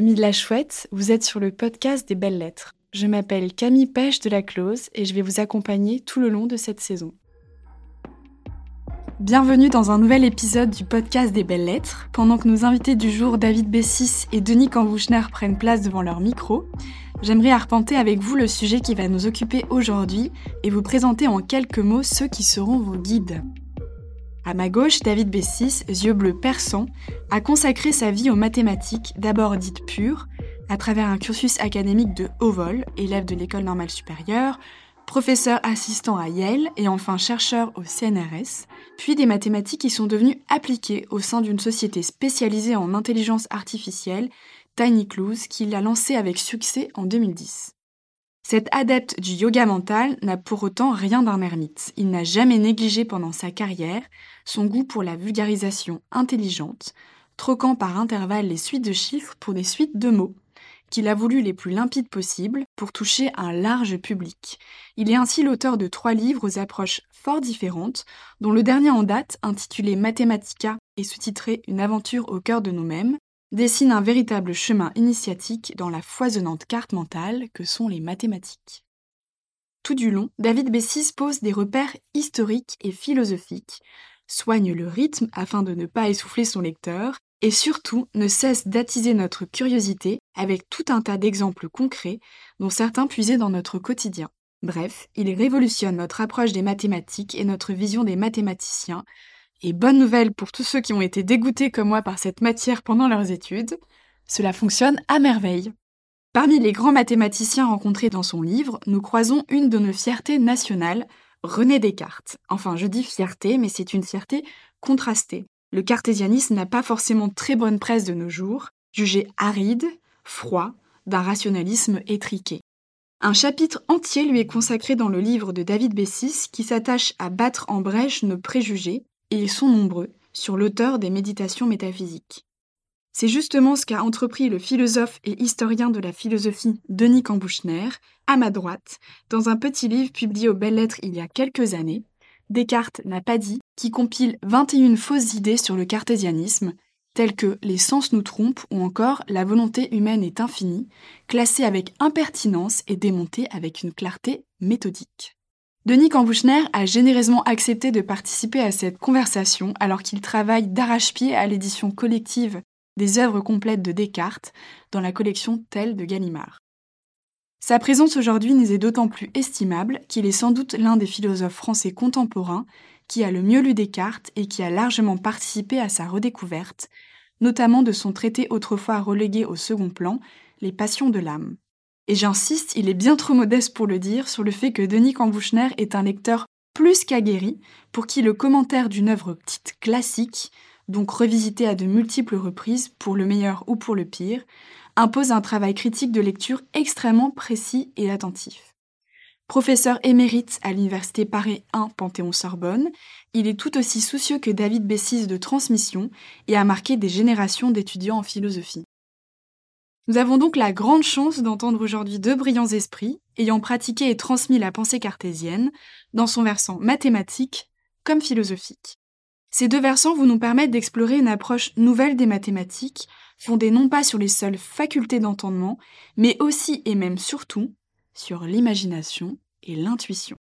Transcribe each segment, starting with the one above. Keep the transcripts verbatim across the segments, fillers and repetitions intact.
Amis de la Chouette, vous êtes sur le podcast des Belles Lettres. Je m'appelle Camille Pêche de la Close et je vais vous accompagner tout le long de cette saison. Bienvenue dans un nouvel épisode du podcast des Belles Lettres. Pendant que nos invités du jour, David Bessis et Denis Cambouchner, prennent place devant leur micro, j'aimerais arpenter avec vous le sujet qui va nous occuper aujourd'hui et vous présenter en quelques mots ceux qui seront vos guides. À ma gauche, David Bessis, yeux bleus perçants, a consacré sa vie aux mathématiques, d'abord dites pures, à travers un cursus académique de haut vol, élève de l'École normale supérieure, professeur assistant à Yale et enfin chercheur au C N R S, puis des mathématiques qui sont devenues appliquées au sein d'une société spécialisée en intelligence artificielle, Tiny Clues, qu'il a lancée avec succès en deux mille dix. Cet adepte du yoga mental n'a pour autant rien d'un ermite. Il n'a jamais négligé pendant sa carrière son goût pour la vulgarisation intelligente, troquant par intervalles les suites de chiffres pour des suites de mots, qu'il a voulu les plus limpides possibles pour toucher un large public. Il est ainsi l'auteur de trois livres aux approches fort différentes, dont le dernier en date, intitulé Mathematica et sous-titré Une aventure au cœur de nous-mêmes, dessine un véritable chemin initiatique dans la foisonnante carte mentale que sont les mathématiques. Tout du long, David Bessis pose des repères historiques et philosophiques, soigne le rythme afin de ne pas essouffler son lecteur, et surtout ne cesse d'attiser notre curiosité avec tout un tas d'exemples concrets dont certains puisés dans notre quotidien. Bref, il révolutionne notre approche des mathématiques et notre vision des mathématiciens. Et bonne nouvelle pour tous ceux qui ont été dégoûtés comme moi par cette matière pendant leurs études, cela fonctionne à merveille. Parmi les grands mathématiciens rencontrés dans son livre, nous croisons une de nos fiertés nationales, René Descartes. Enfin, je dis fierté, mais c'est une fierté contrastée. Le cartésianisme n'a pas forcément très bonne presse de nos jours, jugé aride, froid, d'un rationalisme étriqué. Un chapitre entier lui est consacré dans le livre de David Bessis qui s'attache à battre en brèche nos préjugés, et ils sont nombreux, sur l'auteur des Méditations métaphysiques. C'est justement ce qu'a entrepris le philosophe et historien de la philosophie Denis Cambouchner, à ma droite, dans un petit livre publié aux Belles Lettres il y a quelques années, Descartes n'a pas dit, qui compile vingt et une fausses idées sur le cartésianisme, telles que les sens nous trompent ou encore la volonté humaine est infinie, classées avec impertinence et démontées avec une clarté méthodique. Denis Cambouchner a généreusement accepté de participer à cette conversation alors qu'il travaille d'arrache-pied à l'édition collective des œuvres complètes de Descartes dans la collection Tel de Gallimard. Sa présence aujourd'hui nous est d'autant plus estimable qu'il est sans doute l'un des philosophes français contemporains qui a le mieux lu Descartes et qui a largement participé à sa redécouverte, notamment de son traité autrefois relégué au second plan, Les Passions de l'âme. Et j'insiste, il est bien trop modeste pour le dire, sur le fait que Denis Cambouchner est un lecteur plus qu'aguerri, pour qui le commentaire d'une œuvre dite classique, donc revisitée à de multiples reprises, pour le meilleur ou pour le pire, impose un travail critique de lecture extrêmement précis et attentif. Professeur émérite à l'université Paris un Panthéon-Sorbonne, il est tout aussi soucieux que David Bessis de transmission et a marqué des générations d'étudiants en philosophie. Nous avons donc la grande chance d'entendre aujourd'hui deux brillants esprits, ayant pratiqué et transmis la pensée cartésienne, dans son versant mathématique comme philosophique. Ces deux versants vont nous permettre d'explorer une approche nouvelle des mathématiques, fondée non pas sur les seules facultés d'entendement, mais aussi et même surtout sur l'imagination et l'intuition.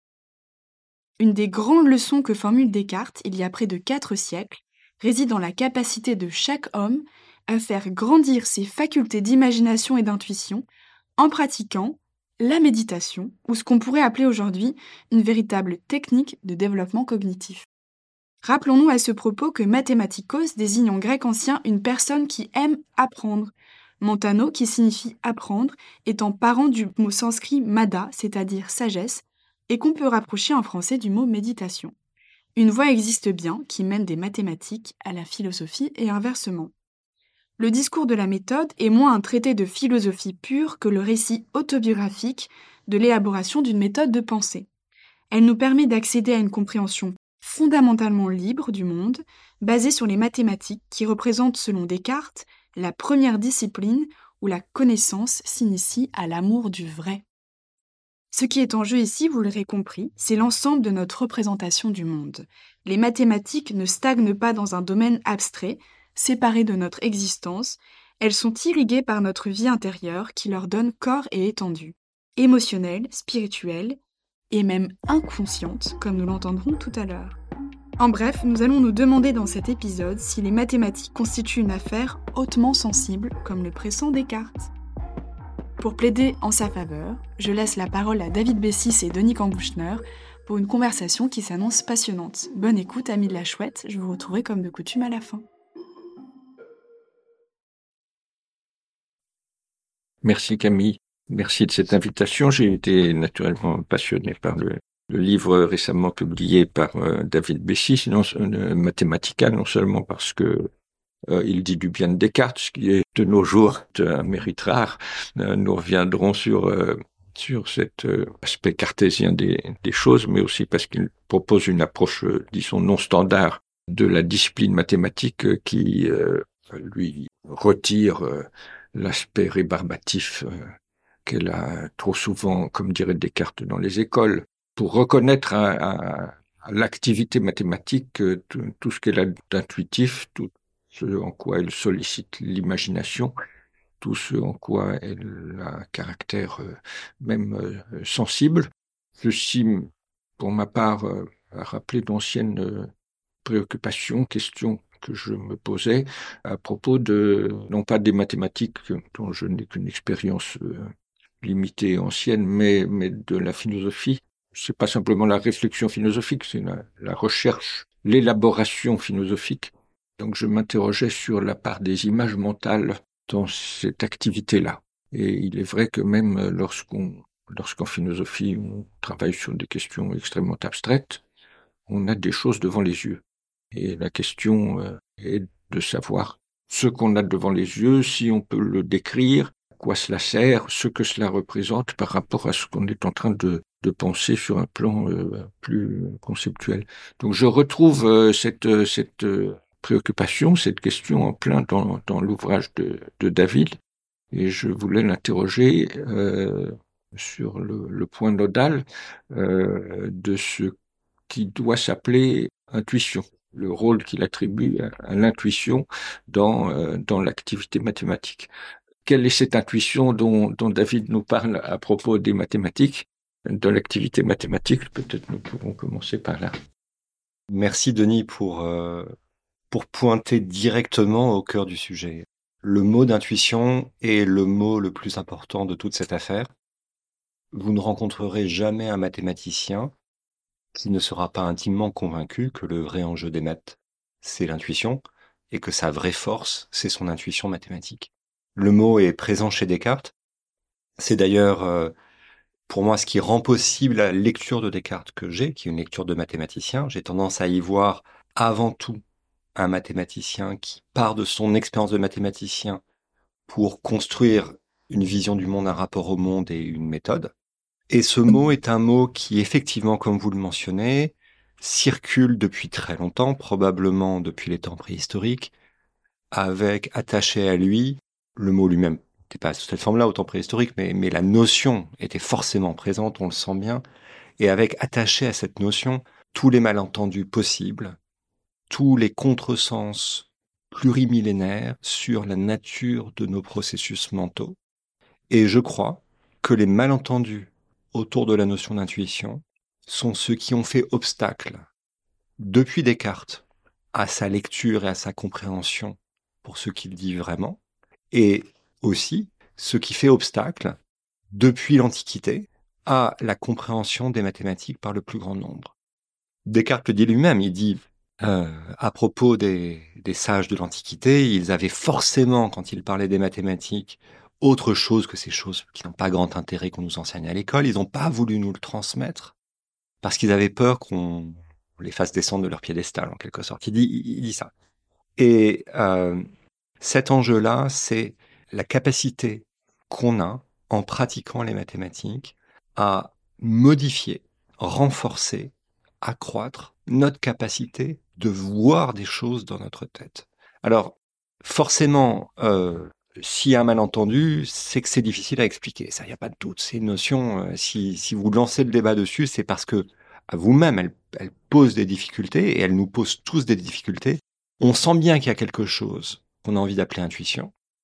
Une des grandes leçons que formule Descartes il y a près de quatre siècles réside dans la capacité de chaque homme à faire grandir ses facultés d'imagination et d'intuition en pratiquant la méditation, ou ce qu'on pourrait appeler aujourd'hui une véritable technique de développement cognitif. Rappelons-nous à ce propos que mathématikos désigne en grec ancien une personne qui aime apprendre, Montano, qui signifie apprendre, étant parent du mot sanskrit mada, c'est-à-dire sagesse, et qu'on peut rapprocher en français du mot méditation. Une voie existe bien qui mène des mathématiques à la philosophie et inversement. Le discours de la méthode est moins un traité de philosophie pure que le récit autobiographique de l'élaboration d'une méthode de pensée. Elle nous permet d'accéder à une compréhension fondamentalement libre du monde, basée sur les mathématiques qui représentent, selon Descartes, la première discipline où la connaissance s'initie à l'amour du vrai. Ce qui est en jeu ici, vous l'aurez compris, c'est l'ensemble de notre représentation du monde. Les mathématiques ne stagnent pas dans un domaine abstrait, séparé de notre existence, Elles sont irriguées par notre vie intérieure qui leur donne corps et étendue, émotionnelle, spirituelle et même inconsciente, comme nous l'entendrons tout à l'heure. En bref, nous allons nous demander dans cet épisode si les mathématiques constituent une affaire hautement sensible, comme le pressent Descartes. Pour plaider en sa faveur, je laisse la parole à David Bessis et Denis Cambouchner pour une conversation qui s'annonce passionnante. Bonne écoute, amis de la chouette, je vous retrouverai comme de coutume à la fin. Merci Camille, merci de cette invitation. J'ai été naturellement passionné par le, le livre récemment publié par euh, David Bessis, non, euh, Mathematica, non seulement parce que euh, il dit du bien de Descartes, ce qui est de nos jours un mérite rare. Euh, nous reviendrons sur euh, sur cet euh, aspect cartésien des, des choses, mais aussi parce qu'il propose une approche, euh, disons, non standard de la discipline mathématique euh, qui euh, lui retire euh, l'aspect rébarbatif euh, qu'elle a trop souvent, comme dirait Descartes, dans les écoles, pour reconnaître à, à, à l'activité mathématique euh, tout, tout ce qu'elle a d'intuitif, tout ce en quoi elle sollicite l'imagination, tout ce en quoi elle a un caractère euh, même euh, sensible. Ceci, pour ma part, euh, a rappelé d'anciennes euh, préoccupations, questions que je me posais à propos de, non pas des mathématiques dont je n'ai qu'une expérience euh, limitée et ancienne, mais, mais de la philosophie. C'est pas simplement la réflexion philosophique, c'est la, la recherche, l'élaboration philosophique. Donc je m'interrogeais sur la part des images mentales dans cette activité-là. Et il est vrai que même lorsqu'on, lorsqu'en philosophie on travaille sur des questions extrêmement abstraites, on a des choses devant les yeux. Et la question euh, est de savoir ce qu'on a devant les yeux, si on peut le décrire, à quoi cela sert, ce que cela représente par rapport à ce qu'on est en train de, de penser sur un plan euh, plus conceptuel. Donc je retrouve euh, cette, cette euh, préoccupation, cette question en plein dans, dans l'ouvrage de, de David, et je voulais l'interroger euh, sur le, le point nodal euh, de ce qui doit s'appeler intuition, le rôle qu'il attribue à, à l'intuition dans, euh, dans l'activité mathématique. Quelle est cette intuition dont, dont David nous parle à propos des mathématiques, de l'activité mathématique? Peut-être nous pourrons commencer par là. Merci Denis pour, euh, pour pointer directement au cœur du sujet. Le mot d'intuition est le mot le plus important de toute cette affaire. Vous ne rencontrerez jamais un mathématicien qui ne sera pas intimement convaincu que le vrai enjeu des maths, c'est l'intuition, et que sa vraie force, c'est son intuition mathématique. Le mot est présent chez Descartes. C'est d'ailleurs, euh, pour moi, ce qui rend possible la lecture de Descartes que j'ai, qui est une lecture de mathématicien. J'ai tendance à y voir avant tout un mathématicien qui part de son expérience de mathématicien pour construire une vision du monde, un rapport au monde et une méthode. Et ce mot est un mot qui, effectivement, comme vous le mentionnez, circule depuis très longtemps, probablement depuis les temps préhistoriques, avec attaché à lui, le mot lui-même n'était pas sous cette forme-là au temps préhistorique, mais, mais la notion était forcément présente, on le sent bien, et avec attaché à cette notion tous les malentendus possibles, tous les contresens plurimillénaires sur la nature de nos processus mentaux. Et je crois que les malentendus autour de la notion d'intuition sont ceux qui ont fait obstacle, depuis Descartes, à sa lecture et à sa compréhension pour ce qu'il dit vraiment, et aussi ce qui fait obstacle, depuis l'Antiquité, à la compréhension des mathématiques par le plus grand nombre. Descartes le dit lui-même, il dit euh, à propos des, des sages de l'Antiquité, ils avaient forcément, quand ils parlaient des mathématiques, autre chose que ces choses qui n'ont pas grand intérêt qu'on nous enseigne à l'école. Ils n'ont pas voulu nous le transmettre parce qu'ils avaient peur qu'on les fasse descendre de leur piédestal, en quelque sorte. Il dit, il dit ça. Et euh, cet enjeu-là, c'est la capacité qu'on a, en pratiquant les mathématiques, à modifier, renforcer, accroître notre capacité de voir des choses dans notre tête. Alors, forcément, euh, s'il y a un malentendu, c'est que c'est difficile à expliquer. Ça, il n'y a pas de doute. C'est une notion, euh, si, si vous lancez le débat dessus, c'est parce que à vous-même, elle, elle pose des difficultés, et elle nous pose tous des difficultés. On sent bien qu'il y a quelque chose qu'on a envie d'appeler intuition.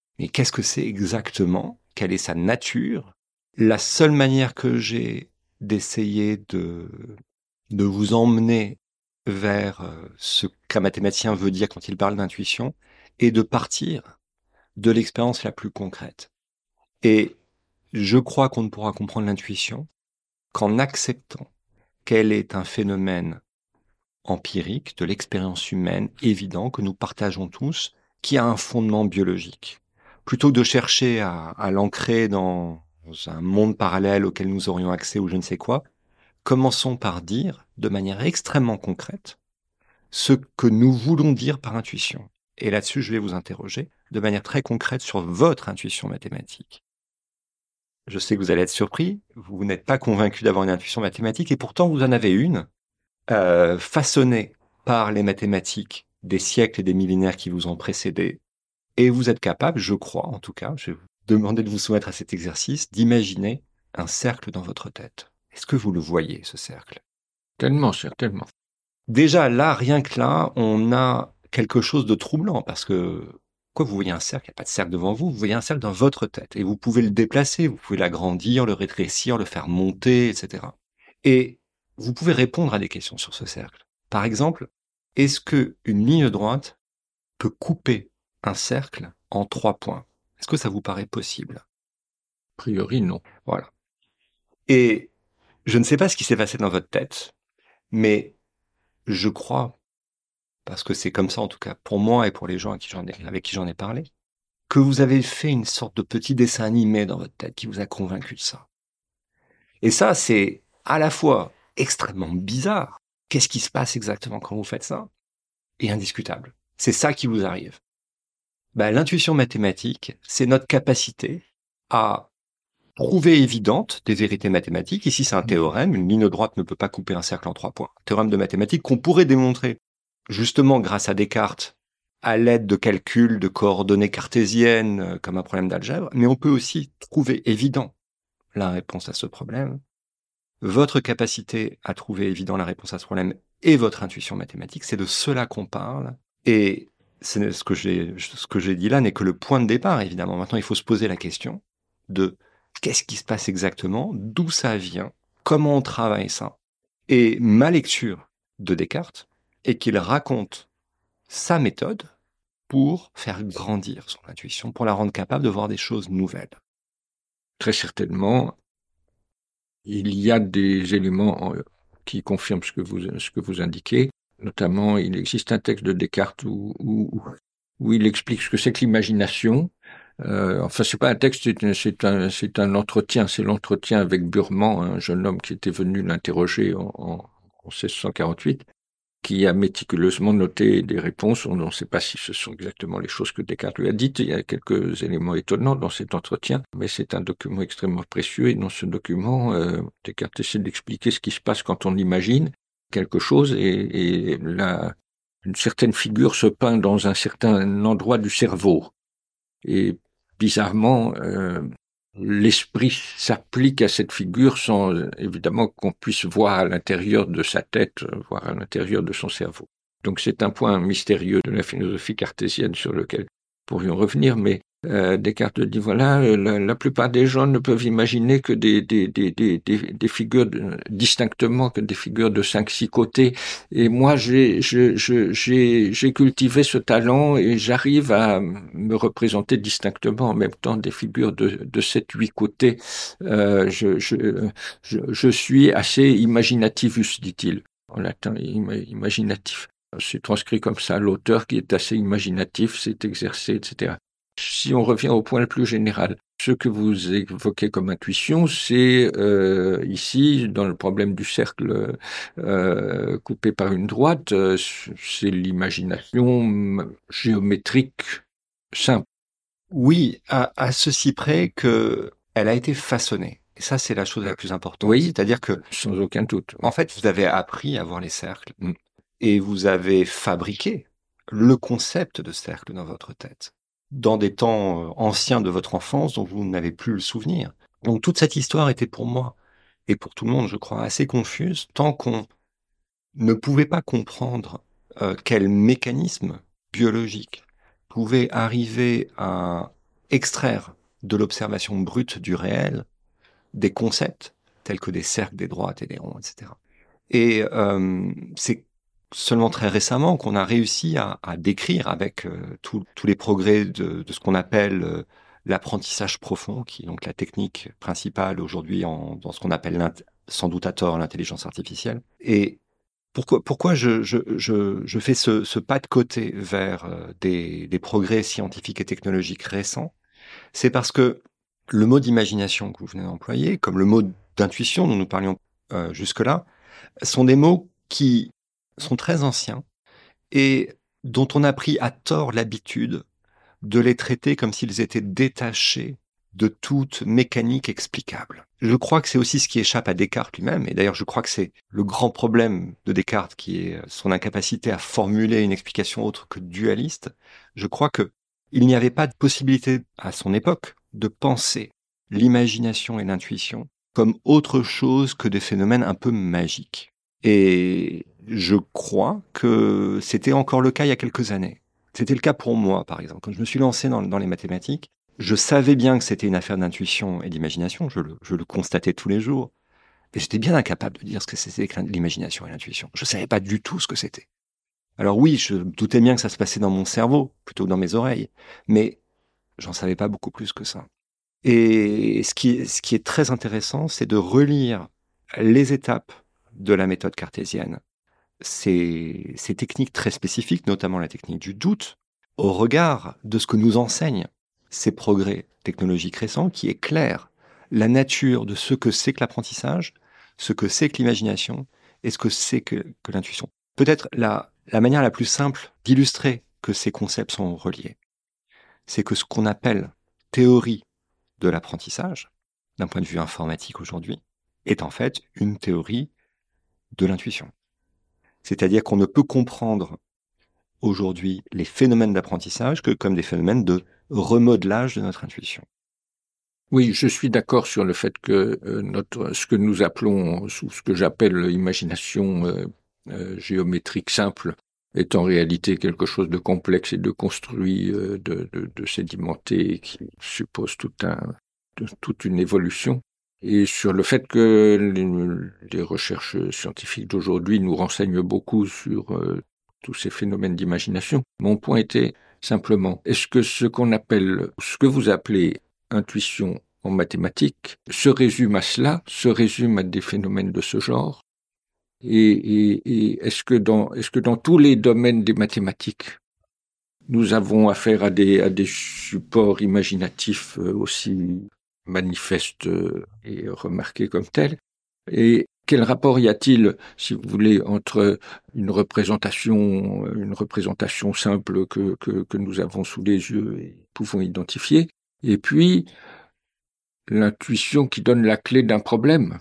Mais qu'est-ce que c'est exactement? Quelle est sa nature? La seule manière que j'ai d'essayer de, de vous emmener vers ce qu'un mathématicien veut dire quand il parle d'intuition est de partir de l'expérience la plus concrète. Et je crois qu'on ne pourra comprendre l'intuition qu'en acceptant qu'elle est un phénomène empirique de l'expérience humaine évident que nous partageons tous, qui a un fondement biologique. Plutôt que de chercher à, à l'ancrer dans un monde parallèle auquel nous aurions accès ou je ne sais quoi, commençons par dire, de manière extrêmement concrète, ce que nous voulons dire par intuition. Et là-dessus, je vais vous interroger de manière très concrète sur votre intuition mathématique. Je sais que vous allez être surpris, vous n'êtes pas convaincu d'avoir une intuition mathématique, et pourtant vous en avez une, euh, façonnée par les mathématiques des siècles et des millénaires qui vous ont précédés, et vous êtes capable, je crois en tout cas, je vais vous demander de vous soumettre à cet exercice, d'imaginer un cercle dans votre tête. Est-ce que vous le voyez, ce cercle? Tellement, certainement. Déjà, là, rien que là, on a quelque chose de troublant, parce que quoi, vous voyez un cercle, il n'y a pas de cercle devant vous, vous voyez un cercle dans votre tête, et vous pouvez le déplacer, vous pouvez l'agrandir, le rétrécir, le faire monter, et cetera. Et vous pouvez répondre à des questions sur ce cercle. Par exemple, est-ce que une ligne droite peut couper un cercle en trois points? Est-ce que ça vous paraît possible? A priori, non. Voilà. Et je ne sais pas ce qui s'est passé dans votre tête, mais je crois, parce que c'est comme ça en tout cas pour moi et pour les gens avec qui j'en ai, avec qui j'en ai parlé, que vous avez fait une sorte de petit dessin animé dans votre tête qui vous a convaincu de ça. Et ça, c'est à la fois extrêmement bizarre. Qu'est-ce qui se passe exactement quand vous faites ça? Et indiscutable. C'est ça qui vous arrive. Ben, l'intuition mathématique, c'est notre capacité à trouver évidente des vérités mathématiques. Ici, c'est un théorème. Une ligne droite ne peut pas couper un cercle en trois points. Un théorème de mathématiques qu'on pourrait démontrer justement grâce à Descartes, à l'aide de calculs de coordonnées cartésiennes comme un problème d'algèbre, mais on peut aussi trouver évident la réponse à ce problème. Votre capacité à trouver évident la réponse à ce problème et votre intuition mathématique, c'est de cela qu'on parle. Et c'est ce que j'ai, ce que j'ai dit là n'est que le point de départ, évidemment. Maintenant, il faut se poser la question de qu'est-ce qui se passe exactement, d'où ça vient, comment on travaille ça. Et ma lecture de Descartes est qu'il raconte sa méthode pour faire grandir son intuition, pour la rendre capable de voir des choses nouvelles. Très certainement, il y a des éléments qui confirment ce que vous, ce que vous indiquez. Notamment, il existe un texte de Descartes où, où, où il explique ce que c'est que l'imagination. Euh, enfin, c'est pas un texte, c'est un, c'est un, c'est un entretien. C'est l'entretien avec Burman, un jeune homme qui était venu l'interroger en, en, en seize cent quarante-huit, qui a méticuleusement noté des réponses. On ne sait pas si ce sont exactement les choses que Descartes lui a dites. Il y a quelques éléments étonnants dans cet entretien, mais c'est un document extrêmement précieux. Et dans ce document, euh, Descartes essaie d'expliquer ce qui se passe quand on imagine quelque chose, et, et là, une certaine figure se peint dans un certain endroit du cerveau. Et bizarrement, euh, l'esprit s'applique à cette figure sans évidemment qu'on puisse voir à l'intérieur de sa tête, voir à l'intérieur de son cerveau. Donc c'est un point mystérieux de la philosophie cartésienne sur lequel nous pourrions revenir, mais euh, Descartes dit voilà, la, la plupart des gens ne peuvent imaginer que des, des, des, des, des, des figures de, distinctement, que des figures de cinq, six côtés. Et moi, j'ai, je, je, j'ai, j'ai cultivé ce talent et j'arrive à me représenter distinctement en même temps des figures de, de sept, huit côtés. Euh, je, je, je, je suis assez imaginativus, dit-il, en latin, imaginatif. C'est transcrit comme ça. L'auteur qui est assez imaginatif s'est exercé, et cetera. Si on revient au point le plus général, ce que vous évoquez comme intuition, c'est euh, ici, dans le problème du cercle euh, coupé par une droite, euh, c'est l'imagination géométrique simple. Oui, à, à ceci près que elle a été façonnée. Et ça, c'est la chose la plus importante. Oui, c'est-à-dire que, sans aucun doute. En fait, vous avez appris à voir les cercles mm. et vous avez fabriqué le concept de cercle dans votre tête, dans des temps anciens de votre enfance dont vous n'avez plus le souvenir. Donc toute cette histoire était pour moi, et pour tout le monde, je crois, assez confuse, tant qu'on ne pouvait pas comprendre euh, quel mécanisme biologique pouvait arriver à extraire de l'observation brute du réel des concepts tels que des cercles, des droites et des ronds, et cetera. Et euh, c'est seulement très récemment qu'on a réussi à, à décrire avec euh, tous les progrès de, de ce qu'on appelle euh, l'apprentissage profond, qui est donc la technique principale aujourd'hui en, dans ce qu'on appelle sans doute à tort l'intelligence artificielle. Et pourquoi, pourquoi je, je, je, je fais ce, ce pas de côté vers euh, des, des progrès scientifiques et technologiques récents? C'est parce que le mot d'imagination que vous venez d'employer, comme le mot d'intuition dont nous parlions euh, jusque-là, sont des mots qui sont très anciens et dont on a pris à tort l'habitude de les traiter comme s'ils étaient détachés de toute mécanique explicable. Je crois que c'est aussi ce qui échappe à Descartes lui-même, et d'ailleurs je crois que c'est le grand problème de Descartes qui est son incapacité à formuler une explication autre que dualiste. Je crois que il n'y avait pas de possibilité à son époque de penser l'imagination et l'intuition comme autre chose que des phénomènes un peu magiques. Et je crois que c'était encore le cas il y a quelques années. C'était le cas pour moi, par exemple. Quand je me suis lancé dans, dans les mathématiques, je savais bien que c'était une affaire d'intuition et d'imagination, je le, je le constatais tous les jours, et j'étais bien incapable de dire ce que c'était que l'imagination et l'intuition. Je savais pas du tout ce que c'était. Alors oui, je doutais bien que ça se passait dans mon cerveau, plutôt que dans mes oreilles, mais j'en savais pas beaucoup plus que ça. Et ce qui, ce qui est très intéressant, c'est de relire les étapes de la méthode cartésienne, ces, ces techniques très spécifiques, notamment la technique du doute, au regard de ce que nous enseignent ces progrès technologiques récents, qui éclairent la nature de ce que c'est que l'apprentissage, ce que c'est que l'imagination et ce que c'est que, que l'intuition. Peut-être la, la manière la plus simple d'illustrer que ces concepts sont reliés, c'est que ce qu'on appelle théorie de l'apprentissage, d'un point de vue informatique aujourd'hui, est en fait une théorie de l'intuition. C'est-à-dire qu'on ne peut comprendre aujourd'hui les phénomènes d'apprentissage que comme des phénomènes de remodelage de notre intuition. Oui, je suis d'accord sur le fait que euh, notre, ce que nous appelons, ou ce que j'appelle l'imagination euh, euh, géométrique simple, est en réalité quelque chose de complexe et de construit, euh, de, de, de sédimenté, qui suppose tout un, de, toute une évolution. Et sur le fait que les, les recherches scientifiques d'aujourd'hui nous renseignent beaucoup sur euh, tous ces phénomènes d'imagination. Mon point était simplement, est-ce que ce qu'on appelle, ce que vous appelez intuition en mathématiques, se résume à cela, se résume à des phénomènes de ce genre? Et, et, et est-ce que dans, est-ce que dans tous les domaines des mathématiques, nous avons affaire à des, à des supports imaginatifs aussi manifestes et remarqués comme tels? Et quel rapport y a-t-il, si vous voulez, entre une représentation, une représentation simple que, que, que nous avons sous les yeux et pouvons identifier, et puis l'intuition qui donne la clé d'un problème?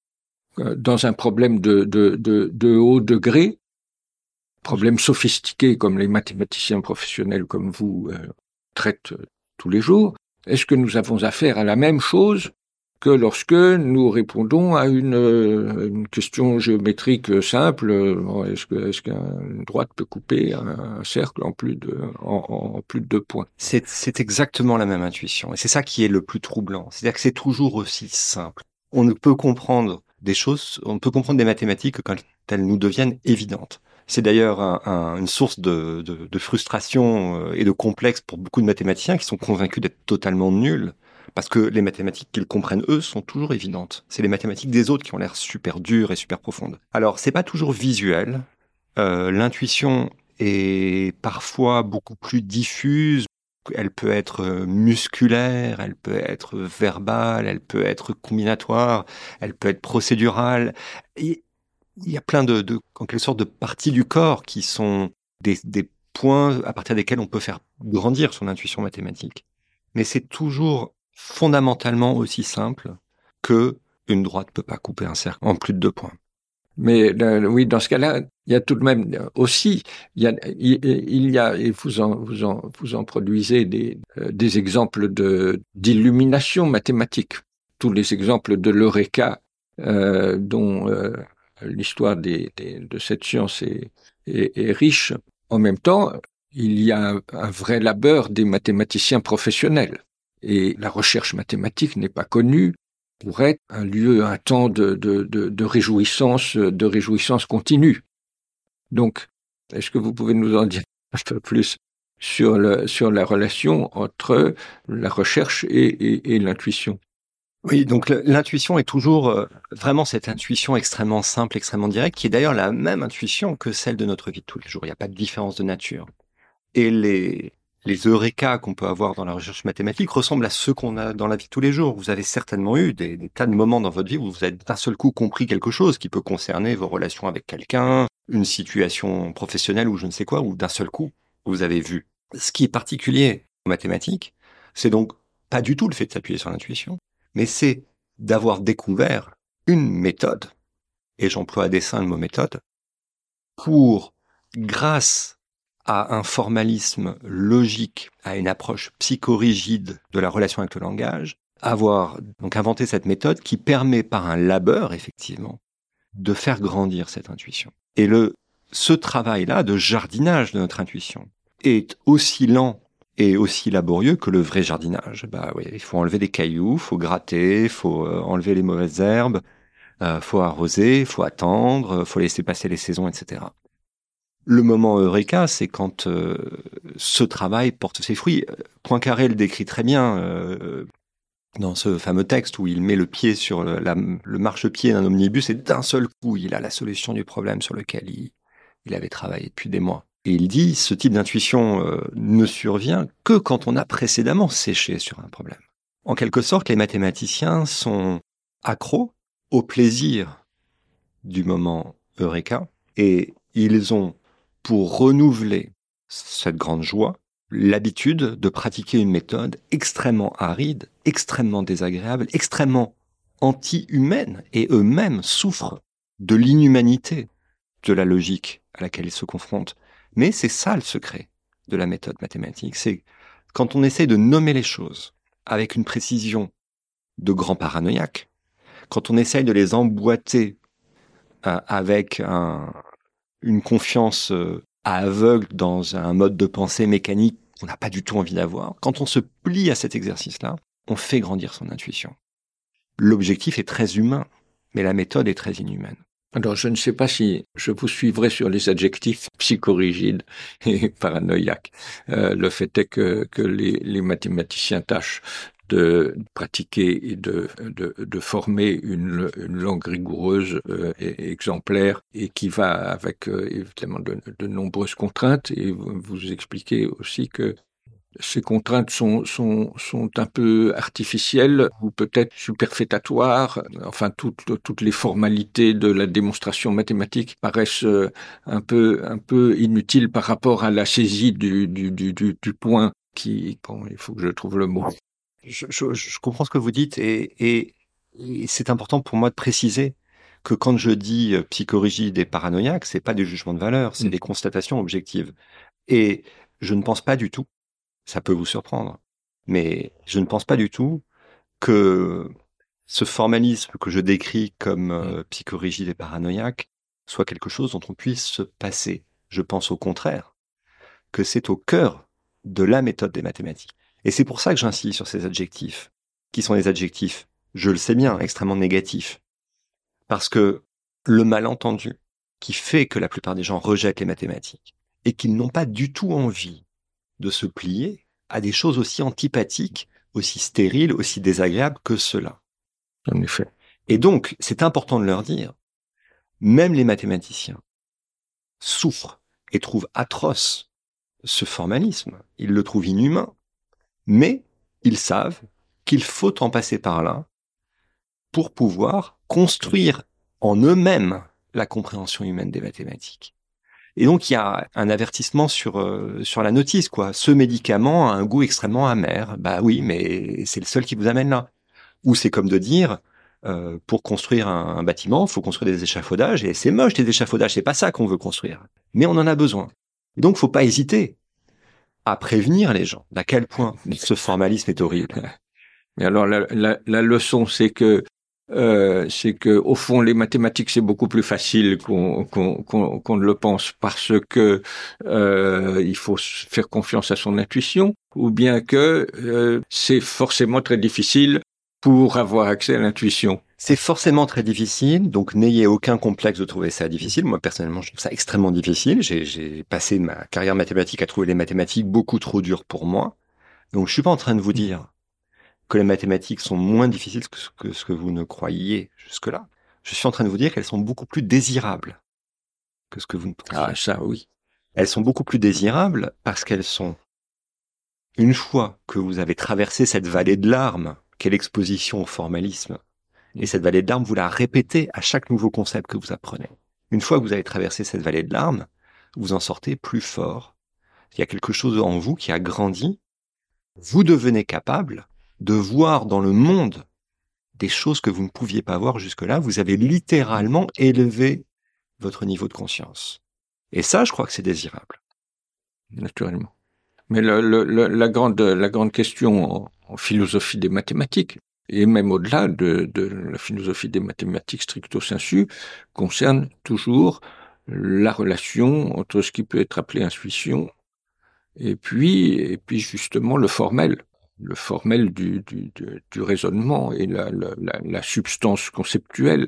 Dans un problème de, de, de, de haut degré, problème sophistiqué comme les mathématiciens professionnels comme vous euh, traitent tous les jours, est-ce que nous avons affaire à la même chose que lorsque nous répondons à une, euh, une question géométrique simple? Est-ce que, est-ce qu'une droite peut couper un, un cercle en plus de, en, en plus de deux points? C'est, c'est exactement la même intuition. Et c'est ça qui est le plus troublant. C'est-à-dire que c'est toujours aussi simple. On ne peut comprendre des choses, on peut comprendre des mathématiques quand elles nous deviennent évidentes. C'est d'ailleurs un, un, une source de, de, de frustration et de complexe pour beaucoup de mathématiciens qui sont convaincus d'être totalement nuls, parce que les mathématiques qu'ils comprennent eux sont toujours évidentes. C'est les mathématiques des autres qui ont l'air super dures et super profondes. Alors c'est pas toujours visuel. Euh, l'intuition est parfois beaucoup plus diffuse. Elle peut être musculaire, elle peut être verbale, elle peut être combinatoire, elle peut être procédurale. Et il y a plein de, de, en quelque sorte, de parties du corps qui sont des, des points à partir desquels on peut faire grandir son intuition mathématique. Mais c'est toujours fondamentalement aussi simple que une droite peut pas couper un cercle en plus de deux points. Mais euh, oui, dans ce cas-là, il y a tout de même aussi, il y a, il, il y a, et vous en, vous en, vous en produisez des, euh, des exemples de d'illumination mathématique. Tous les exemples de l'Eureka, euh, dont euh, l'histoire des, des, de cette science est, est, est riche. En même temps, il y a un, un vrai labeur des mathématiciens professionnels. Et la recherche mathématique n'est pas connue pour être un lieu, un temps de, de, de, de réjouissance, de réjouissance continue. Donc, est-ce que vous pouvez nous en dire un peu plus sur, le, sur la relation entre la recherche et, et, et l'intuition? Oui, donc l'intuition est toujours euh, vraiment cette intuition extrêmement simple, extrêmement directe, qui est d'ailleurs la même intuition que celle de notre vie de tous les jours. Il n'y a pas de différence de nature. Et les, les eureka qu'on peut avoir dans la recherche mathématique ressemblent à ceux qu'on a dans la vie de tous les jours. Vous avez certainement eu des, des tas de moments dans votre vie où vous avez d'un seul coup compris quelque chose qui peut concerner vos relations avec quelqu'un, une situation professionnelle ou je ne sais quoi, où d'un seul coup, vous avez vu. Ce qui est particulier en mathématiques, c'est donc pas du tout le fait de s'appuyer sur l'intuition, mais c'est d'avoir découvert une méthode, et j'emploie à dessein le mot méthode, pour, grâce à un formalisme logique, à une approche psychorigide de la relation avec le langage, avoir donc inventé cette méthode qui permet par un labeur, effectivement, de faire grandir cette intuition. Et le, ce travail-là de jardinage de notre intuition est aussi lent et aussi laborieux que le vrai jardinage. Bah oui, il faut enlever des cailloux, il faut gratter, il faut euh, enlever les mauvaises herbes, il euh, faut arroser, il faut attendre, il faut laisser passer les saisons, et cetera. Le moment eureka, c'est quand euh, ce travail porte ses fruits. Poincaré le décrit très bien euh, dans ce fameux texte où il met le pied sur le, la, le marchepied d'un omnibus et d'un seul coup, il a la solution du problème sur lequel il, il avait travaillé depuis des mois. Et il dit, ce type d'intuition euh, ne survient que quand on a précédemment séché sur un problème. En quelque sorte, les mathématiciens sont accros au plaisir du moment eureka et ils ont, pour renouveler cette grande joie, l'habitude de pratiquer une méthode extrêmement aride, extrêmement désagréable, extrêmement anti-humaine, et eux-mêmes souffrent de l'inhumanité de la logique à laquelle ils se confrontent. Mais c'est ça le secret de la méthode mathématique, c'est quand on essaie de nommer les choses avec une précision de grand paranoïaque, quand on essaye de les emboîter euh, avec un, une confiance euh, à aveugle dans un mode de pensée mécanique qu'on n'a pas du tout envie d'avoir, quand on se plie à cet exercice-là, on fait grandir son intuition. L'objectif est très humain, mais la méthode est très inhumaine. Alors, je ne sais pas si je vous suivrai sur les adjectifs psychorigides et paranoïaques. Euh, le fait est que, que les, les mathématiciens tâchent de pratiquer et de, de, de former une, une langue rigoureuse euh, et exemplaire et qui va avec euh, évidemment de, de nombreuses contraintes. Et vous, vous expliquez aussi que ces contraintes sont, sont, sont un peu artificielles ou peut-être superfétatoires. Enfin, toutes, toutes les formalités de la démonstration mathématique paraissent un peu, un peu inutiles par rapport à la saisie du, du, du, du, du point qui, bon, il faut que je trouve le mot. Je, je, je comprends ce que vous dites et, et, et c'est important pour moi de préciser que quand je dis psychorigide et paranoïaque, c'est pas des jugements de valeur, c'est mmh. des constatations objectives. Et je ne pense pas du tout, ça peut vous surprendre, mais je ne pense pas du tout que ce formalisme que je décris comme euh, psychorigide et paranoïaque soit quelque chose dont on puisse se passer. Je pense au contraire que c'est au cœur de la méthode des mathématiques. Et c'est pour ça que j'insiste sur ces adjectifs, qui sont des adjectifs, je le sais bien, extrêmement négatifs. Parce que le malentendu qui fait que la plupart des gens rejettent les mathématiques et qu'ils n'ont pas du tout envie de se plier à des choses aussi antipathiques, aussi stériles, aussi désagréables que cela. En effet. Et donc, c'est important de leur dire, même les mathématiciens souffrent et trouvent atroce ce formalisme. Ils le trouvent inhumain. Mais ils savent qu'il faut en passer par là pour pouvoir construire en eux-mêmes la compréhension humaine des mathématiques. Et donc, il y a un avertissement sur, euh, sur la notice, quoi. Ce médicament a un goût extrêmement amer. Bah oui, mais c'est le seul qui vous amène là. Ou c'est comme de dire, euh, pour construire un, un bâtiment, il faut construire des échafaudages, et c'est moche, les échafaudages, c'est pas ça qu'on veut construire. Mais on en a besoin. Et donc, faut pas hésiter à prévenir les gens d'à quel point ce formalisme est horrible. Mais alors, la, la, la leçon, c'est que euh, c'est que au fond, les mathématiques, c'est beaucoup plus facile qu'on qu'on qu'on, qu'on ne le pense parce que euh, il faut faire confiance à son intuition, ou bien que euh, c'est forcément très difficile pour avoir accès à l'intuition. C'est forcément très difficile, donc n'ayez aucun complexe de trouver ça difficile. Moi, personnellement, je trouve ça extrêmement difficile. J'ai, j'ai passé ma carrière mathématique à trouver les mathématiques beaucoup trop dures pour moi. Donc, je suis pas en train de vous dire que les mathématiques sont moins difficiles que ce que, ce que vous ne croyiez jusque-là. Je suis en train de vous dire qu'elles sont beaucoup plus désirables que ce que vous ne pensiez. Ah, ça, oui. Elles sont beaucoup plus désirables parce qu'elles sont, une fois que vous avez traversé cette vallée de larmes, qu'est l'exposition au formalisme, et cette vallée de larmes, vous la répétez à chaque nouveau concept que vous apprenez. Une fois que vous avez traversé cette vallée de larmes, vous en sortez plus fort. Il y a quelque chose en vous qui a grandi. Vous devenez capable de voir dans le monde des choses que vous ne pouviez pas voir jusque-là. Vous avez littéralement élevé votre niveau de conscience. Et ça, je crois que c'est désirable. Naturellement. Mais le, le, le, la grande, la grande question en, en philosophie des mathématiques, et même au-delà de, de la philosophie des mathématiques stricto sensu, concerne toujours la relation entre ce qui peut être appelé intuition et puis, et puis justement le formel, le formel du, du, du, du raisonnement et la, la, la substance conceptuelle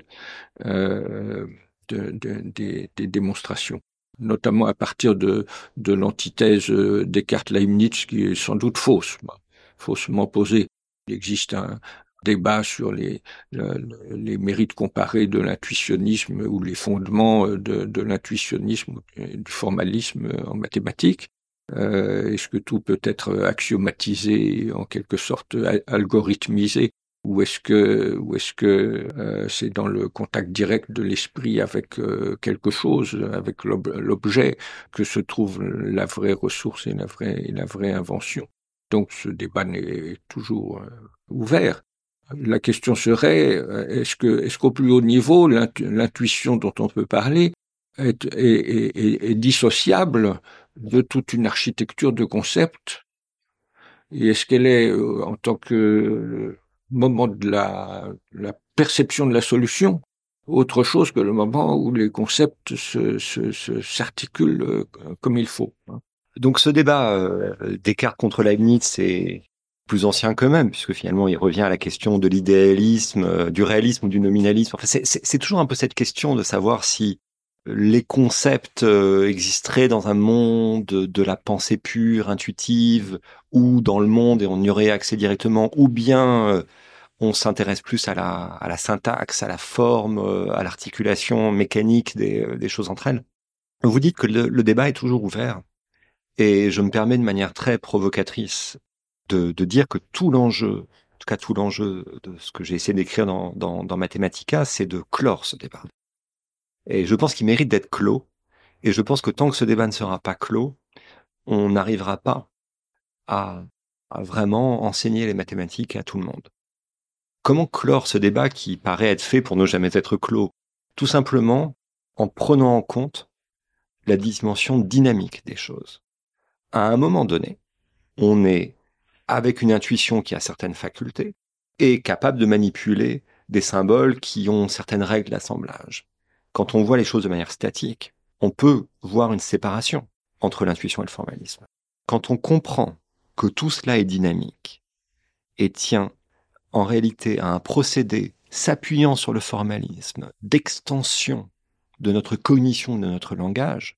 euh, de, de, des, des démonstrations, notamment à partir de, de l'antithèse Descartes-Leibniz qui est sans doute fausse, faussement posée. Il existe un débat sur les, le, les mérites comparés de l'intuitionnisme ou les fondements de, de l'intuitionnisme et du formalisme en mathématiques. Euh, est-ce que tout peut être axiomatisé, en quelque sorte algorithmisé, ou est-ce que, ou est-ce que euh, c'est dans le contact direct de l'esprit avec euh, quelque chose, avec l'ob- l'objet, que se trouve la vraie ressource et la vraie, et la vraie invention. Donc ce débat est toujours euh, ouvert. La question serait, est-ce que, est-ce qu'au plus haut niveau, l'intu- l'intuition dont on peut parler est, est, est, est dissociable de toute une architecture de concepts, et est-ce qu'elle est, euh, en tant que moment de la, la perception de la solution, autre chose que le moment où les concepts se, se, se, s'articulent euh, comme il faut. Donc ce débat euh, Descartes contre Leibniz, c'est plus ancien qu'eux-mêmes, puisque finalement il revient à la question de l'idéalisme, euh, du réalisme ou du nominalisme. Enfin, c'est, c'est, c'est toujours un peu cette question de savoir si les concepts euh, existeraient dans un monde de la pensée pure, intuitive, ou dans le monde et on y aurait accès directement, ou bien euh, on s'intéresse plus à la, à la syntaxe, à la forme, euh, à l'articulation mécanique des, euh, des choses entre elles. Vous dites que le, le débat est toujours ouvert, et je me permets de manière très provocatrice de, de dire que tout l'enjeu, en tout cas tout l'enjeu de ce que j'ai essayé d'écrire dans, dans, dans Mathematica, c'est de clore ce débat. Et je pense qu'il mérite d'être clos. Et je pense que tant que ce débat ne sera pas clos, on n'arrivera pas à, à vraiment enseigner les mathématiques à tout le monde. Comment clore ce débat qui paraît être fait pour ne jamais être clos? Tout simplement en prenant en compte la dimension dynamique des choses. À un moment donné, on est avec une intuition qui a certaines facultés et capable de manipuler des symboles qui ont certaines règles d'assemblage. Quand on voit les choses de manière statique, on peut voir une séparation entre l'intuition et le formalisme. Quand on comprend que tout cela est dynamique et tient en réalité à un procédé s'appuyant sur le formalisme d'extension de notre cognition, de notre langage,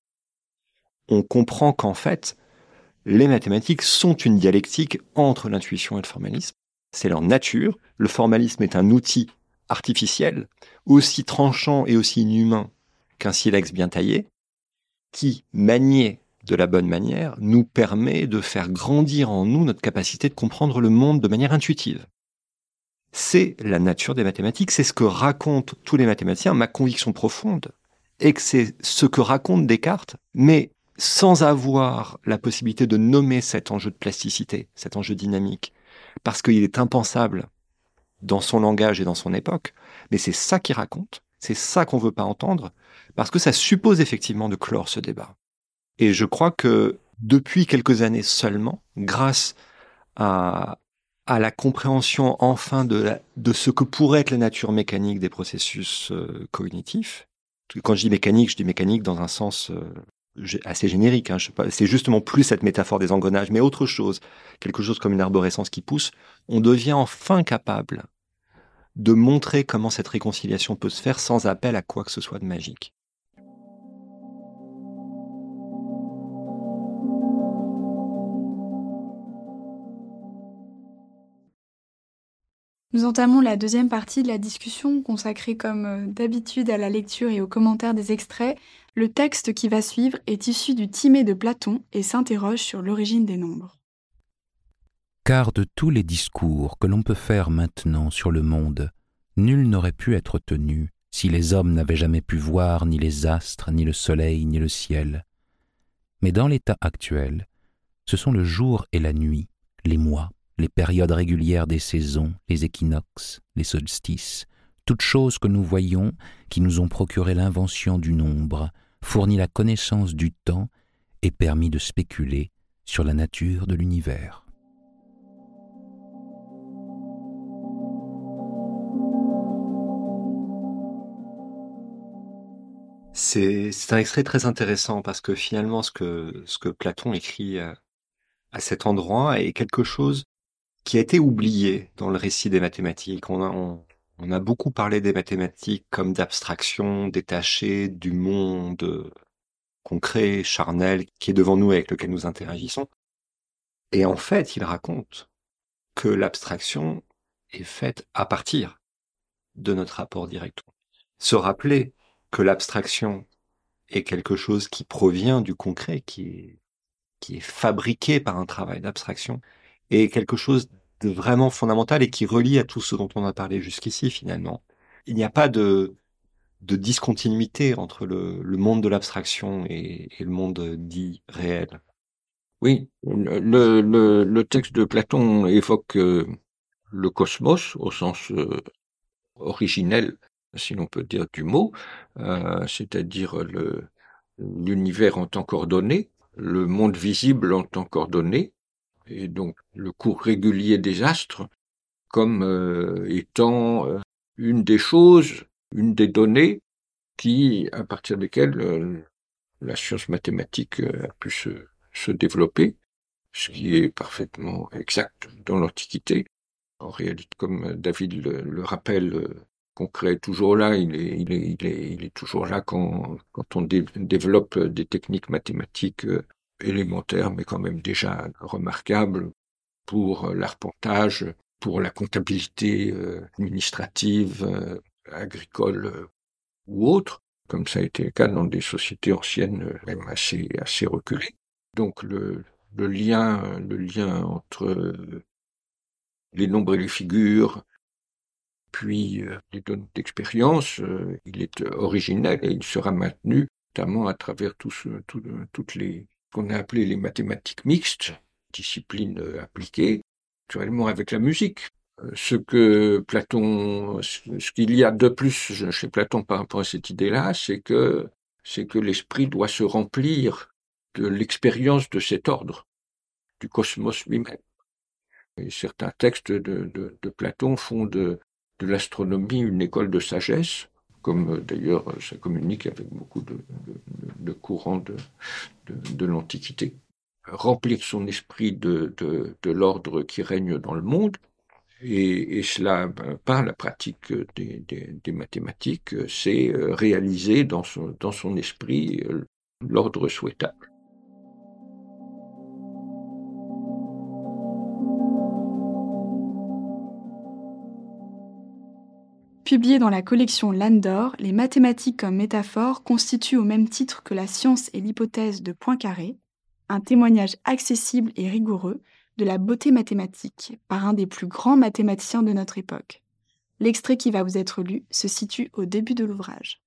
on comprend qu'en fait, les mathématiques sont une dialectique entre l'intuition et le formalisme. C'est leur nature. Le formalisme est un outil artificiel, aussi tranchant et aussi inhumain qu'un silex bien taillé, qui, manié de la bonne manière, nous permet de faire grandir en nous notre capacité de comprendre le monde de manière intuitive. C'est la nature des mathématiques, c'est ce que racontent tous les mathématiciens. Ma conviction profonde est que c'est ce que raconte Descartes, mais sans avoir la possibilité de nommer cet enjeu de plasticité, cet enjeu dynamique, parce qu'il est impensable dans son langage et dans son époque, mais c'est ça qu'il raconte, c'est ça qu'on veut pas entendre, parce que ça suppose effectivement de clore ce débat. Et je crois que depuis quelques années seulement, grâce à, à la compréhension enfin de, la, de ce que pourrait être la nature mécanique des processus euh, cognitifs. Quand je dis mécanique, je dis mécanique dans un sens euh, assez générique. Hein, je sais pas, c'est justement plus cette métaphore des engrenages, mais autre chose, quelque chose comme une arborescence qui pousse. On devient enfin capable de montrer comment cette réconciliation peut se faire sans appel à quoi que ce soit de magique. Nous entamons la deuxième partie de la discussion consacrée comme d'habitude à la lecture et aux commentaires des extraits. Le texte qui va suivre est issu du Timée de Platon et s'interroge sur l'origine des nombres. Car de tous les discours que l'on peut faire maintenant sur le monde, nul n'aurait pu être tenu si les hommes n'avaient jamais pu voir ni les astres, ni le soleil, ni le ciel. Mais dans l'état actuel, ce sont le jour et la nuit, les mois, les périodes régulières des saisons, les équinoxes, les solstices, toutes choses que nous voyons qui nous ont procuré l'invention du nombre, fourni la connaissance du temps et permis de spéculer sur la nature de l'univers. C'est, c'est un extrait très intéressant parce que finalement ce que, ce que Platon écrit à, à cet endroit est quelque chose qui a été oublié dans le récit des mathématiques. On a, on, on a beaucoup parlé des mathématiques comme d'abstraction détachée du monde concret, charnel, qui est devant nous, avec lequel nous interagissons. Et en fait, il raconte que l'abstraction est faite à partir de notre rapport direct. Se rappeler que l'abstraction est quelque chose qui provient du concret, qui est, qui est fabriqué par un travail d'abstraction, est quelque chose de vraiment fondamental et qui relie à tout ce dont on a parlé jusqu'ici finalement. Il n'y a pas de, de discontinuité entre le, le monde de l'abstraction et, et le monde dit réel. Oui, le, le, le texte de Platon évoque euh, le cosmos au sens euh, originel, si l'on peut dire, du mot, euh, c'est-à-dire le, l'univers en tant qu'ordonnée, le monde visible en tant qu'ordonnée, et donc le cours régulier des astres comme euh, étant euh, une des choses, une des données qui, à partir desquelles euh, la science mathématique a pu se, se développer, ce qui est parfaitement exact dans l'Antiquité. En réalité, comme David le, le rappelle, concret est toujours là, il est, il est, il est, il est toujours là quand, quand on dé, développe des techniques mathématiques élémentaires, mais quand même déjà remarquables pour l'arpentage, pour la comptabilité administrative, agricole ou autre, comme ça a été le cas dans des sociétés anciennes même assez, assez reculées. Donc le, le lien, le lien entre les nombres et les figures, puis euh, les données d'expérience, euh, il est originel et il sera maintenu, notamment à travers tout ce, tout, toutes les qu'on a appelé les mathématiques mixtes, disciplines euh, appliquées, naturellement avec la musique. Euh, ce que Platon, ce, ce qu'il y a de plus chez Platon par rapport à cette idée-là, c'est que c'est que l'esprit doit se remplir de l'expérience de cet ordre, du cosmos lui-même. Et certains textes de, de, de Platon font de, de l'astronomie une école de sagesse, comme d'ailleurs ça communique avec beaucoup de, de, de courants de, de, de l'Antiquité. Remplir son esprit de, de, de l'ordre qui règne dans le monde, et, et cela, ben, par la pratique des, des, des mathématiques, c'est réaliser dans son, dans son esprit l'ordre souhaitable. Publié dans la collection Landor, les mathématiques comme métaphore constituent au même titre que la science et l'hypothèse de Poincaré, un témoignage accessible et rigoureux de la beauté mathématique par un des plus grands mathématiciens de notre époque. L'extrait qui va vous être lu se situe au début de l'ouvrage.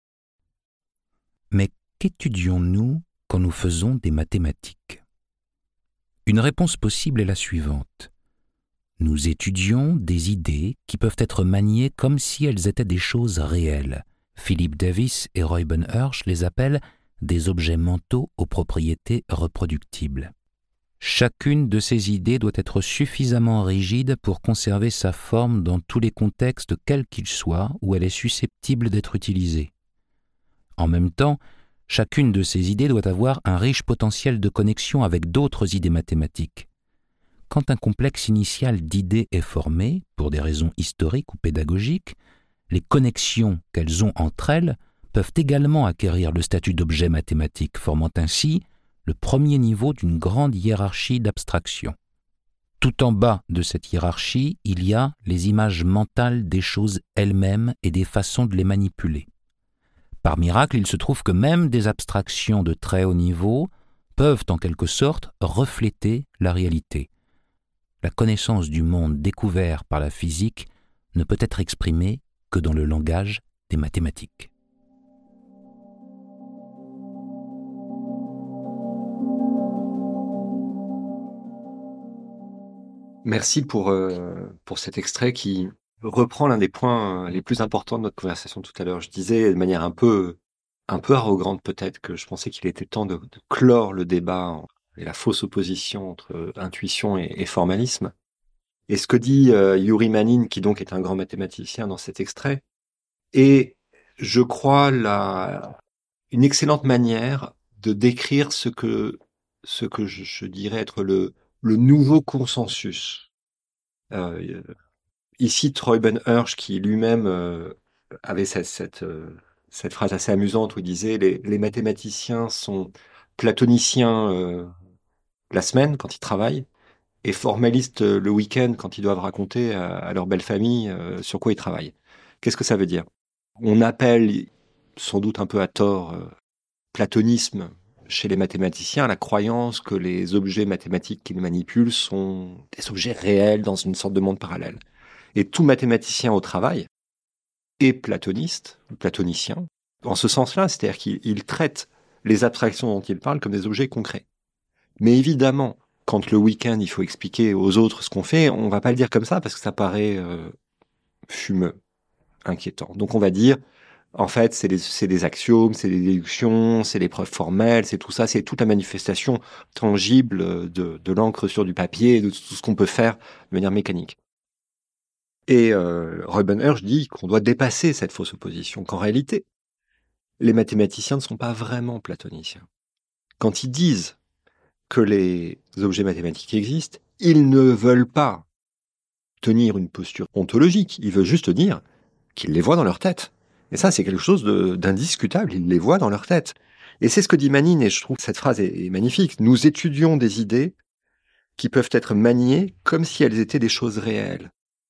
Mais qu'étudions-nous quand nous faisons des mathématiques ? Une réponse possible est la suivante. Nous étudions des idées qui peuvent être maniées comme si elles étaient des choses réelles. Philip Davis et Reuben Hirsch les appellent des objets mentaux aux propriétés reproductibles. Chacune de ces idées doit être suffisamment rigide pour conserver sa forme dans tous les contextes quels qu'ils soient où elle est susceptible d'être utilisée. En même temps, chacune de ces idées doit avoir un riche potentiel de connexion avec d'autres idées mathématiques. Quand un complexe initial d'idées est formé, pour des raisons historiques ou pédagogiques, les connexions qu'elles ont entre elles peuvent également acquérir le statut d'objet mathématique, formant ainsi le premier niveau d'une grande hiérarchie d'abstraction. Tout en bas de cette hiérarchie, il y a les images mentales des choses elles-mêmes et des façons de les manipuler. Par miracle, il se trouve que même des abstractions de très haut niveau peuvent en quelque sorte refléter la réalité. La connaissance du monde découvert par la physique ne peut être exprimée que dans le langage des mathématiques. Merci pour, euh, pour cet extrait qui reprend l'un des points les plus importants de notre conversation tout à l'heure. Je disais de manière un peu, un peu arrogante peut-être que je pensais qu'il était temps de, de clore le débat et la fausse opposition entre intuition et, et formalisme. Et ce que dit euh, Yuri Manin, qui donc est un grand mathématicien dans cet extrait, est, je crois, la, une excellente manière de décrire ce que, ce que je, je dirais être le, le nouveau consensus. Euh, il cite Reuben Hirsch, qui lui-même euh, avait cette, cette, euh, cette phrase assez amusante où il disait les, les mathématiciens sont platoniciens euh, la semaine quand ils travaillent et formalistes euh, le week-end quand ils doivent raconter à, à leur belle famille euh, sur quoi ils travaillent. Qu'est-ce que ça veut dire? On appelle, sans doute un peu à tort, euh, platonisme chez les mathématiciens la croyance que les objets mathématiques qu'ils manipulent sont des objets réels dans une sorte de monde parallèle. Et tout mathématicien au travail est platoniste, platonicien, en ce sens-là, c'est-à-dire qu'il il traite les abstractions dont il parle comme des objets concrets. Mais évidemment, quand le week-end, il faut expliquer aux autres ce qu'on fait, on va pas le dire comme ça parce que ça paraît euh, fumeux, inquiétant. Donc on va dire, en fait, c'est des, c'est des axiomes, c'est des déductions, c'est des preuves formelles, c'est tout ça, c'est toute la manifestation tangible de, de l'encre sur du papier, de tout ce qu'on peut faire de manière mécanique. Et euh, Reuben Hirsch dit qu'on doit dépasser cette fausse opposition, qu'en réalité, les mathématiciens ne sont pas vraiment platoniciens. Quand ils disent que les objets mathématiques existent, ils ne veulent pas tenir une posture ontologique, ils veulent juste dire qu'ils les voient dans leur tête. Et ça, c'est quelque chose de, d'indiscutable, ils les voient dans leur tête. Et c'est ce que dit Manin, et je trouve que cette phrase est, est magnifique. Nous étudions des idées qui peuvent être maniées comme si elles étaient des choses réelles.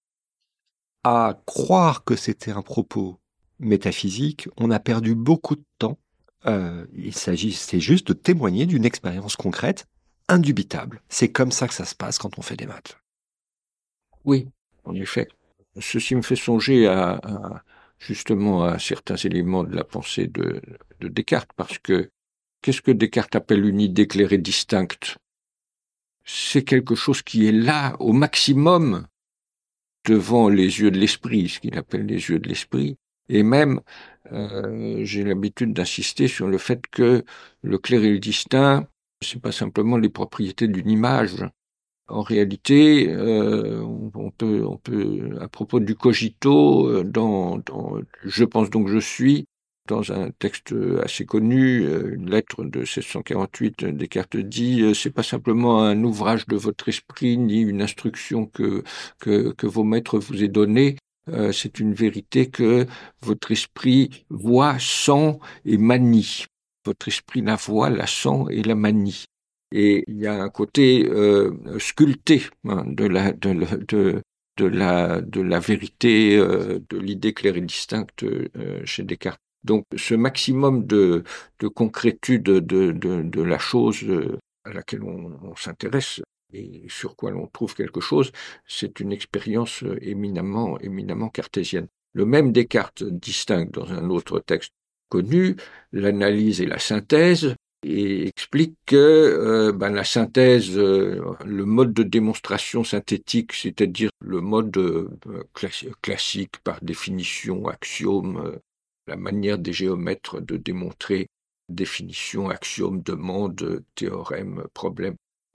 À croire que c'était un propos métaphysique, on a perdu beaucoup de temps. Euh, il s'agissait juste de témoigner d'une expérience concrète, indubitable. C'est comme ça que ça se passe quand on fait des maths. Oui, en effet. Ceci me fait songer à, à justement à certains éléments de la pensée de, de Descartes, parce que qu'est-ce que Descartes appelle une idée claire et distincte? C'est quelque chose qui est là au maximum devant les yeux de l'esprit, ce qu'il appelle les yeux de l'esprit. Et même, euh, j'ai l'habitude d'insister sur le fait que le clair et le distinct, c'est pas simplement les propriétés d'une image. En réalité, euh, on peut, on peut, à propos du cogito, dans, dans Je pense donc je suis, dans un texte assez connu, une lettre de seize cent quarante-huit, Descartes dit « c'est pas simplement un ouvrage de votre esprit, ni une instruction que, que, que vos maîtres vous aient donnée, euh, c'est une vérité que votre esprit voit, sent et manie. Votre esprit la voit, la sent et la manie. » Et il y a un côté euh, sculpté hein, de la de, de de la de la vérité euh, de l'idée claire et distincte euh, chez Descartes. Donc ce maximum de de concrétude de de de la chose à laquelle on, on s'intéresse et sur quoi l'on trouve quelque chose, c'est une expérience éminemment éminemment cartésienne. Le même Descartes distingue dans un autre texte connu l'analyse et la synthèse. Et explique que euh, ben, la synthèse, euh, le mode de démonstration synthétique, c'est-à-dire le mode euh, classi- classique par définition, axiome, euh, la manière des géomètres de démontrer définition, axiome, demande, théorème, problème,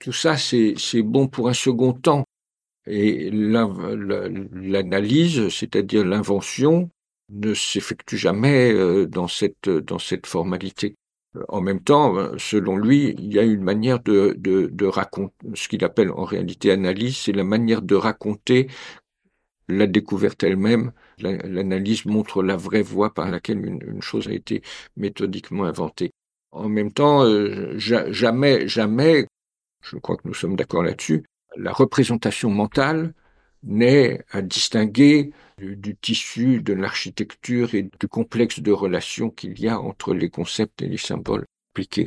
tout ça, c'est, c'est bon pour un second temps. Et l'analyse, c'est-à-dire l'invention, ne s'effectue jamais dans cette, dans cette formalité. En même temps, selon lui, il y a une manière de, de, de raconter, ce qu'il appelle en réalité analyse, c'est la manière de raconter la découverte elle-même. L'analyse montre la vraie voie par laquelle une, une chose a été méthodiquement inventée. En même temps, euh, jamais, jamais, je crois que nous sommes d'accord là-dessus, la représentation mentale n'est à distinguer du, du tissu de l'architecture et du complexe de relations qu'il y a entre les concepts et les symboles appliqués.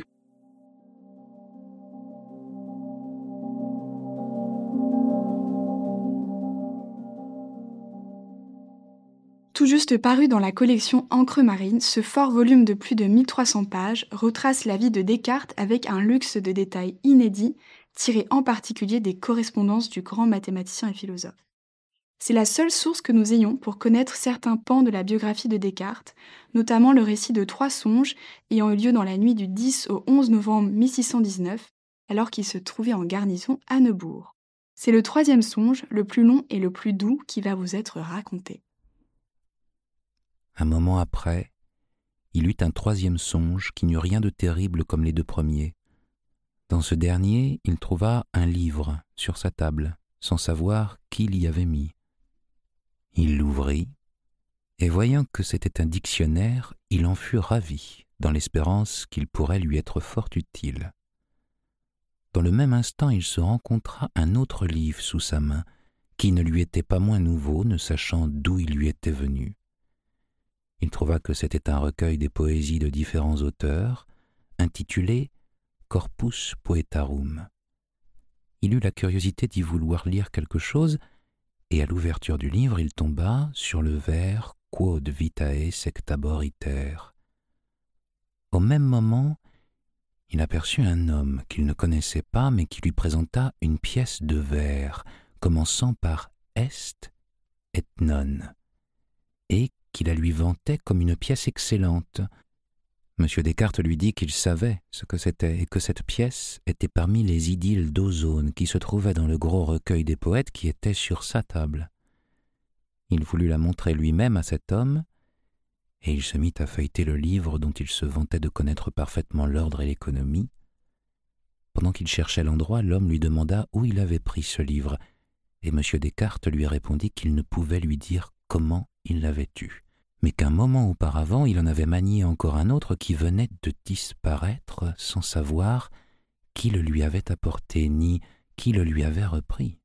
Tout juste paru dans la collection Encre marine, ce fort volume de plus de mille trois cents pages retrace la vie de Descartes avec un luxe de détails inédits, tiré en particulier des correspondances du grand mathématicien et philosophe. C'est la seule source que nous ayons pour connaître certains pans de la biographie de Descartes, notamment le récit de trois songes ayant eu lieu dans la nuit du dix au onze novembre mille six cent dix-neuf, alors qu'il se trouvait en garnison à Neubourg. C'est le troisième songe, le plus long et le plus doux, qui va vous être raconté. Un moment après, il eut un troisième songe qui n'eut rien de terrible comme les deux premiers. Dans ce dernier, il trouva un livre sur sa table, sans savoir qui l'y avait mis. Il l'ouvrit, et voyant que c'était un dictionnaire, il en fut ravi, dans l'espérance qu'il pourrait lui être fort utile. Dans le même instant, il se rencontra un autre livre sous sa main, qui ne lui était pas moins nouveau, ne sachant d'où il lui était venu. Il trouva que c'était un recueil des poésies de différents auteurs, intitulé « Corpus Poetarum ». Il eut la curiosité d'y vouloir lire quelque chose, et à l'ouverture du livre, il tomba sur le vers « Quod vitae sectabor iter ». Au même moment, il aperçut un homme qu'il ne connaissait pas, mais qui lui présenta une pièce de vers, commençant par « est et non », et qui la lui vantait comme une pièce excellente. Monsieur Descartes lui dit qu'il savait ce que c'était et que cette pièce était parmi les idylles d'Ozone qui se trouvaient dans le gros recueil des poètes qui était sur sa table. Il voulut la montrer lui-même à cet homme, et il se mit à feuilleter le livre dont il se vantait de connaître parfaitement l'ordre et l'économie. Pendant qu'il cherchait l'endroit, l'homme lui demanda où il avait pris ce livre, et Monsieur Descartes lui répondit qu'il ne pouvait lui dire comment il l'avait eu, mais qu'un moment auparavant, il en avait manié encore un autre qui venait de disparaître sans savoir qui le lui avait apporté, ni qui le lui avait repris.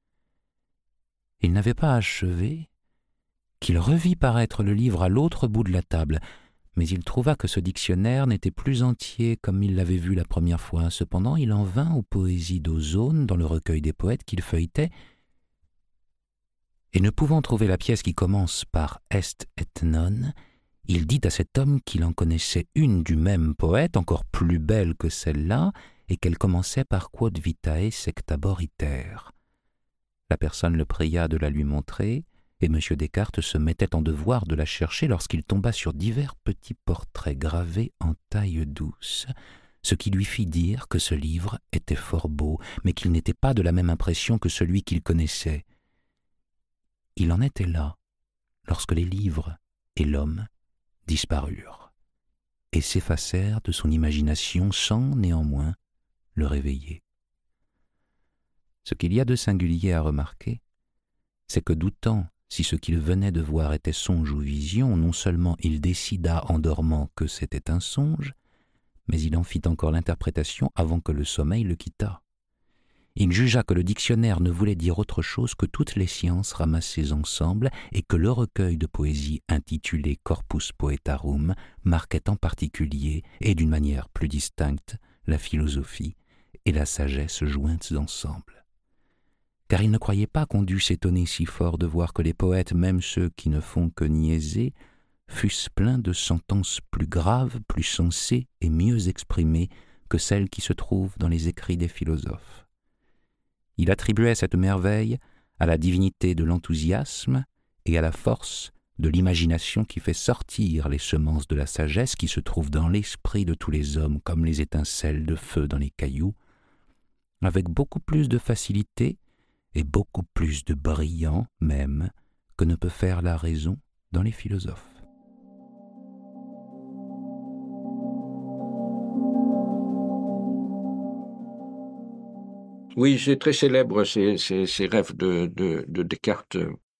Il n'avait pas achevé qu'il revit paraître le livre à l'autre bout de la table, mais il trouva que ce dictionnaire n'était plus entier comme il l'avait vu la première fois. Cependant, il en vint aux poésies d'Ozone dans le recueil des poètes qu'il feuilletait, et ne pouvant trouver la pièce qui commence par « est et non », il dit à cet homme qu'il en connaissait une du même poète, encore plus belle que celle-là, et qu'elle commençait par « Quod vitae sectabor iter ». La personne le pria de la lui montrer, et M. Descartes se mettait en devoir de la chercher lorsqu'il tomba sur divers petits portraits gravés en taille douce, ce qui lui fit dire que ce livre était fort beau, mais qu'il n'était pas de la même impression que celui qu'il connaissait. Il en était là, lorsque les livres et l'homme disparurent, et s'effacèrent de son imagination sans, néanmoins, le réveiller. Ce qu'il y a de singulier à remarquer, c'est que doutant si ce qu'il venait de voir était songe ou vision, non seulement il décida en dormant que c'était un songe, mais il en fit encore l'interprétation avant que le sommeil le quittât. Il jugea que le dictionnaire ne voulait dire autre chose que toutes les sciences ramassées ensemble et que le recueil de poésie intitulé Corpus Poetarum marquait en particulier et d'une manière plus distincte la philosophie et la sagesse jointes ensemble. Car il ne croyait pas qu'on dût s'étonner si fort de voir que les poètes, même ceux qui ne font que niaiser, fussent pleins de sentences plus graves, plus sensées et mieux exprimées que celles qui se trouvent dans les écrits des philosophes. Il attribuait cette merveille à la divinité de l'enthousiasme et à la force de l'imagination qui fait sortir les semences de la sagesse qui se trouvent dans l'esprit de tous les hommes comme les étincelles de feu dans les cailloux, avec beaucoup plus de facilité et beaucoup plus de brillant même que ne peut faire la raison dans les philosophes. Oui, c'est très célèbre ces, ces, ces rêves de, de, de Descartes.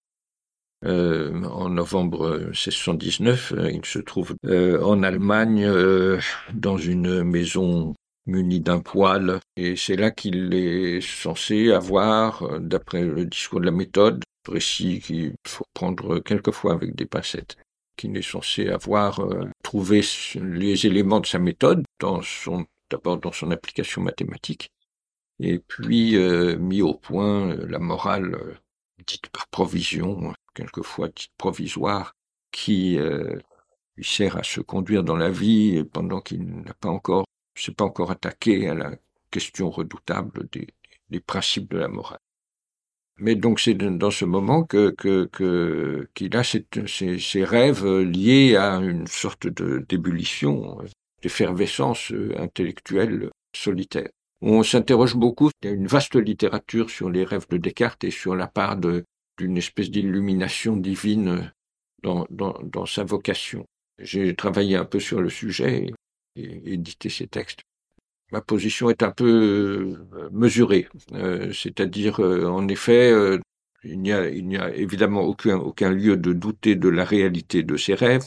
Euh, en novembre seize cent dix-neuf, euh, il se trouve euh, en Allemagne, euh, dans une maison munie d'un poêle, et c'est là qu'il est censé avoir, euh, d'après le discours de la méthode, récit qu'il faut prendre quelquefois avec des pincettes, qu'il est censé avoir euh, trouvé les éléments de sa méthode, dans son, d'abord dans son application mathématique, et puis euh, mis au point euh, la morale euh, dite par provision, quelquefois dite provisoire, qui euh, lui sert à se conduire dans la vie et pendant qu'il n'a pas encore, s'est pas encore attaqué à la question redoutable des, des principes de la morale. Mais donc c'est dans ce moment que, que, que qu'il a cette, ces, ces rêves liés à une sorte de d'ébullition, d'effervescence intellectuelle solitaire. On s'interroge beaucoup, il y a une vaste littérature sur les rêves de Descartes et sur la part de, d'une espèce d'illumination divine dans, dans, dans sa vocation. J'ai travaillé un peu sur le sujet et, et édité ces textes. Ma position est un peu euh, mesurée, euh, c'est-à-dire, euh, en effet, euh, il n'y a, il n'y a évidemment aucun, aucun lieu de douter de la réalité de ces rêves,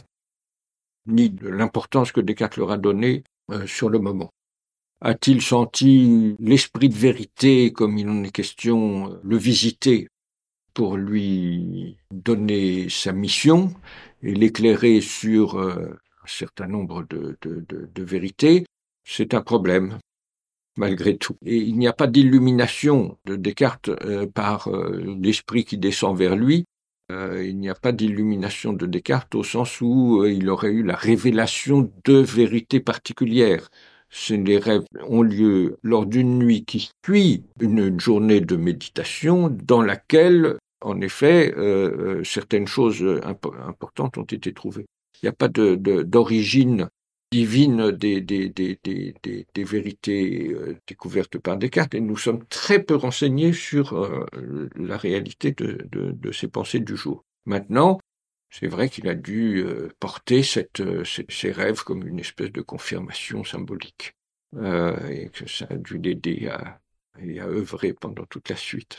ni de l'importance que Descartes leur a donnée euh, sur le moment. A-t-il senti l'esprit de vérité, comme il en est question, le visiter pour lui donner sa mission et l'éclairer sur euh, un certain nombre de, de, de, de vérités? C'est un problème, malgré tout. Et il n'y a pas d'illumination de Descartes euh, par euh, l'esprit qui descend vers lui. Euh, il n'y a pas d'illumination de Descartes au sens où euh, il aurait eu la révélation de vérités particulières. Les rêves ont lieu lors d'une nuit qui suit une journée de méditation dans laquelle, en effet, euh, certaines choses imp- importantes ont été trouvées. Il n'y a pas de, de, d'origine divine des, des, des, des, des, des vérités euh, découvertes par Descartes, et nous sommes très peu renseignés sur euh, la réalité de, de, de ces pensées du jour. Maintenant, c'est vrai qu'il a dû euh, porter cette, euh, ces, ces rêves comme une espèce de confirmation symbolique, euh, et que ça a dû l'aider à, à œuvrer pendant toute la suite.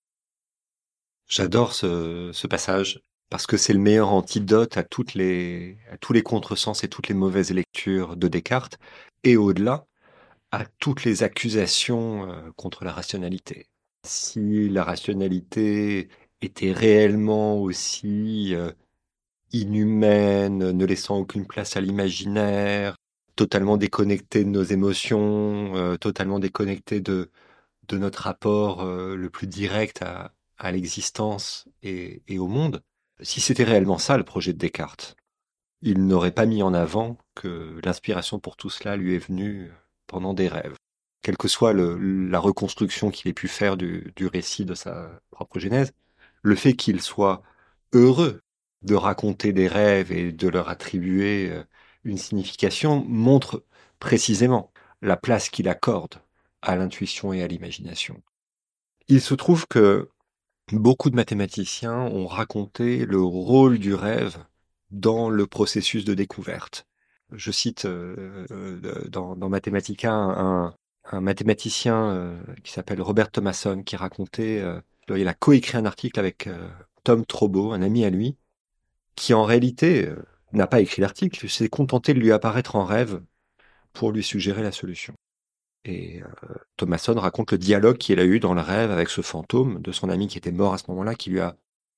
J'adore ce, ce passage parce que c'est le meilleur antidote à toutes les, à tous les contresens et toutes les mauvaises lectures de Descartes, et au-delà, à toutes les accusations euh, contre la rationalité. Si la rationalité était réellement aussi euh, inhumaine, ne laissant aucune place à l'imaginaire, totalement déconnectée de nos émotions, euh, totalement déconnectée de, de notre rapport euh, le plus direct à, à l'existence et, et au monde, si c'était réellement ça le projet de Descartes, il n'aurait pas mis en avant que l'inspiration pour tout cela lui est venue pendant des rêves. Quelle que soit le, la reconstruction qu'il ait pu faire du, du récit de sa propre genèse, le fait qu'il soit heureux de raconter des rêves et de leur attribuer une signification montre précisément la place qu'il accorde à l'intuition et à l'imagination. Il se trouve que beaucoup de mathématiciens ont raconté le rôle du rêve dans le processus de découverte. Je cite euh, dans, dans Mathematica un, un mathématicien euh, qui s'appelle Robert Thomasson qui racontait, euh, il a coécrit un article avec euh, Tom Trobo, un ami à lui, qui en réalité euh, n'a pas écrit l'article, il s'est contenté de lui apparaître en rêve pour lui suggérer la solution. Et euh, Thomasson raconte le dialogue qu'il a eu dans le rêve avec ce fantôme de son ami qui était mort à ce moment-là, qui lui a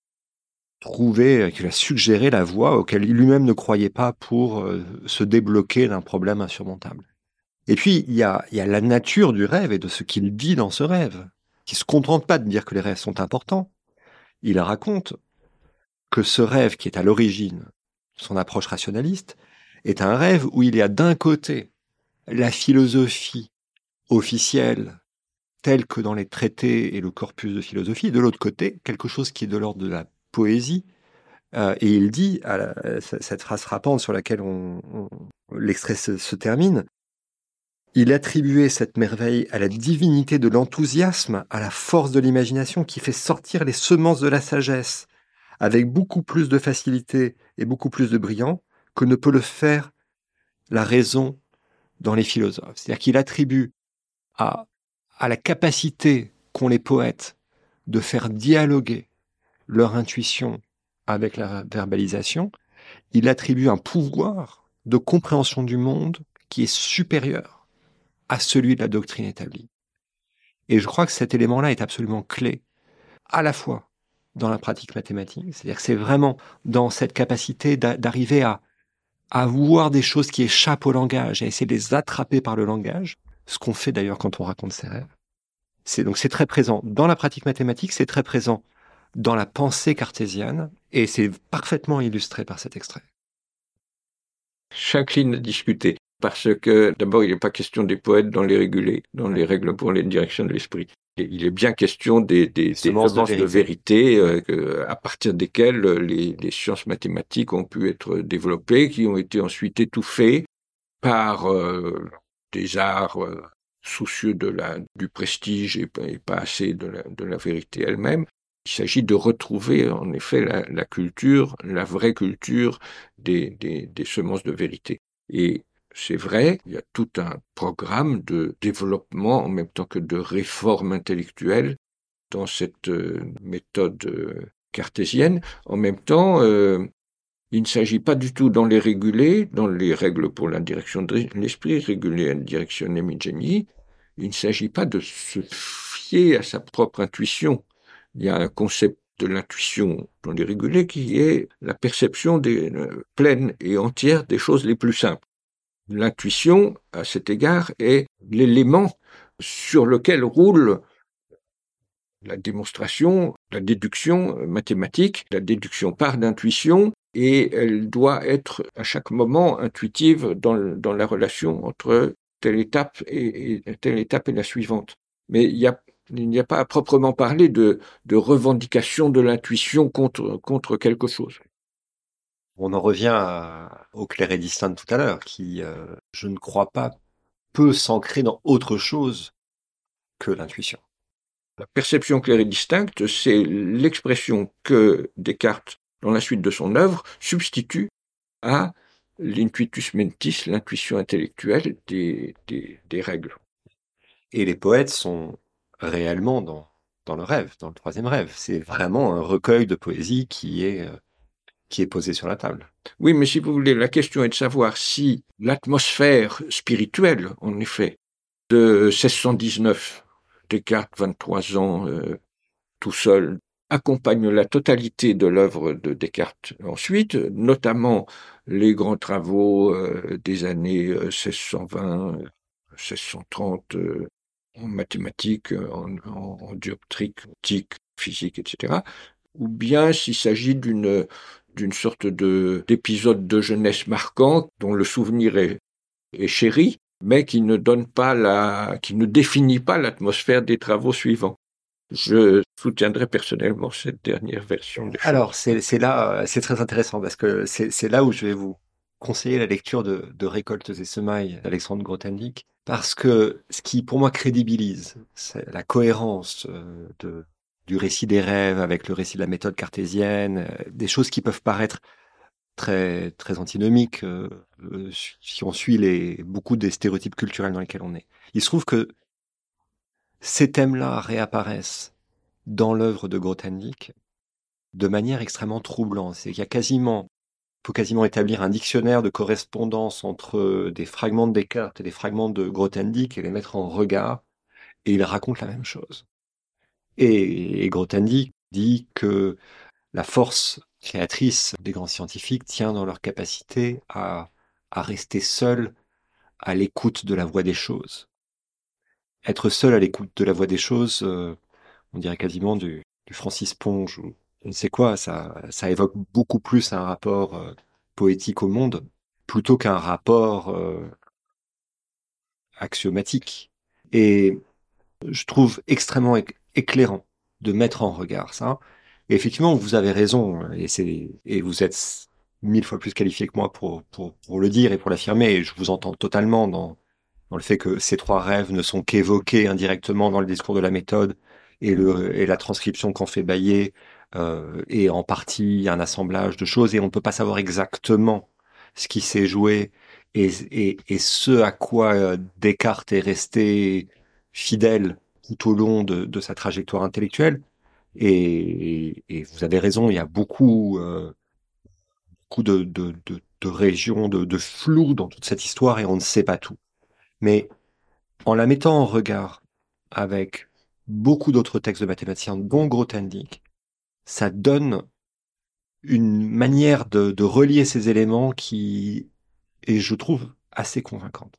trouvé, qui lui a suggéré la voie auquel il lui-même ne croyait pas pour euh, se débloquer d'un problème insurmontable. Et puis, il y a, il y a la nature du rêve et de ce qu'il dit dans ce rêve, qui se contente pas de dire que les rêves sont importants. Il raconte que ce rêve qui est à l'origine de son approche rationaliste est un rêve où il y a d'un côté la philosophie officielle, telle que dans les traités et le corpus de philosophie, de l'autre côté, quelque chose qui est de l'ordre de la poésie. Euh, et il dit, à la, cette phrase frappante sur laquelle on, on, l'extrait se, se termine, Il attribuait cette merveille à la divinité de l'enthousiasme, à la force de l'imagination qui fait sortir les semences de la sagesse avec beaucoup plus de facilité et beaucoup plus de brillant que ne peut le faire la raison dans les philosophes. C'est-à-dire qu'il attribue à, à la capacité qu'ont les poètes de faire dialoguer leur intuition avec la verbalisation, il attribue un pouvoir de compréhension du monde qui est supérieur à celui de la doctrine établie. Et je crois que cet élément-là est absolument clé, à la fois dans la pratique mathématique, c'est-à-dire que c'est vraiment dans cette capacité d'arriver à, à voir des choses qui échappent au langage, à essayer de les attraper par le langage, ce qu'on fait d'ailleurs quand on raconte ses rêves. C'est, donc c'est très présent dans la pratique mathématique, c'est très présent dans la pensée cartésienne, et c'est parfaitement illustré par cet extrait. Chaque ligne à discuter, parce que d'abord, il n'est pas question des poètes dans les régulés, dans les règles pour les directions de l'esprit. Il est bien question des, des, des semences de vérité, de vérité euh, à partir desquelles les, les sciences mathématiques ont pu être développées, qui ont été ensuite étouffées par euh, des arts euh, soucieux de la, du prestige et, et pas assez de la, de la vérité elle-même. Il s'agit de retrouver en effet la, la culture, la vraie culture des, des, des semences de vérité. Et c'est vrai, il y a tout un programme de développement en même temps que de réforme intellectuelle dans cette euh, méthode euh, cartésienne. En même temps, euh, il ne s'agit pas du tout dans les régulés, dans les règles pour la direction de l'esprit, régulés directionem ingegni, il ne s'agit pas de se fier à sa propre intuition. Il y a un concept de l'intuition dans les régulés qui est la perception des, euh, pleine et entière des choses les plus simples. L'intuition, à cet égard, est l'élément sur lequel roule la démonstration, la déduction mathématique. La déduction part d'intuition et elle doit être à chaque moment intuitive dans, dans la relation entre telle étape et, et telle étape et la suivante. Mais il y a Il n'y a pas à proprement parler de, de revendication de l'intuition contre, contre quelque chose. On en revient à, au clair et distinct de tout à l'heure, qui, euh, je ne crois pas, peut s'ancrer dans autre chose que l'intuition. La perception claire et distincte, c'est l'expression que Descartes, dans la suite de son œuvre, substitue à l'intuitus mentis, l'intuition intellectuelle des, des, des règles. Et les poètes sont réellement dans, dans le rêve, dans le troisième rêve. C'est vraiment un recueil de poésie qui est, euh, qui est posé sur la table. Oui, mais si vous voulez, la question est de savoir si l'atmosphère spirituelle, en effet, de seize cent dix-neuf, Descartes, vingt-trois ans, euh, tout seul, accompagne la totalité de l'œuvre de Descartes ensuite, notamment les grands travaux euh, des années euh, seize cent vingt, seize cent trente, euh, en mathématiques, en, en, en dioptrique, optique, physique, et cetera, ou bien s'il s'agit d'une d'une sorte de d'épisode de jeunesse marquant dont le souvenir est, est chéri, mais qui ne donne pas la, qui ne définit pas l'atmosphère des travaux suivants. Je soutiendrai personnellement cette dernière version des choses. Alors, c'est, c'est là, c'est très intéressant parce que c'est, c'est là où je vais vous conseiller la lecture de, de Récoltes et semailles d'Alexandre Grothendieck, parce que ce qui, pour moi, crédibilise c'est la cohérence de, du récit des rêves avec le récit de la méthode cartésienne, des choses qui peuvent paraître très, très antinomiques euh, si on suit les, beaucoup des stéréotypes culturels dans lesquels on est. Il se trouve que ces thèmes-là réapparaissent dans l'œuvre de Grothendieck de manière extrêmement troublante. C'est qu'il y a quasiment, faut quasiment établir un dictionnaire de correspondance entre des fragments de Descartes et des fragments de Grothendieck et les mettre en regard, et il raconte la même chose. Et, et Grothendieck dit que la force créatrice des grands scientifiques tient dans leur capacité à, à rester seuls à l'écoute de la voix des choses. Être seul à l'écoute de la voix des choses, euh, on dirait quasiment du, du Francis Ponge ou je ne sais quoi, ça, ça évoque beaucoup plus un rapport euh, poétique au monde plutôt qu'un rapport euh, axiomatique. Et je trouve extrêmement éc- éclairant de mettre en regard ça. Et effectivement, vous avez raison, et, c'est, et vous êtes mille fois plus qualifié que moi pour, pour, pour le dire et pour l'affirmer, et je vous entends totalement dans, dans le fait que ces trois rêves ne sont qu'évoqués indirectement dans le discours de la méthode, et, le, et la transcription qu'en fait Baillet euh, est en partie un assemblage de choses, et on ne peut pas savoir exactement ce qui s'est joué et, et, et ce à quoi Descartes est resté fidèle tout au long de, de sa trajectoire intellectuelle. Et, et vous avez raison, il y a beaucoup, euh, beaucoup de, de, de, de régions, de, de flou dans toute cette histoire, et on ne sait pas tout. Mais en la mettant en regard avec beaucoup d'autres textes de mathématiciens, dont Grothendieck, ça donne une manière de, de relier ces éléments qui est, je trouve, assez convaincante.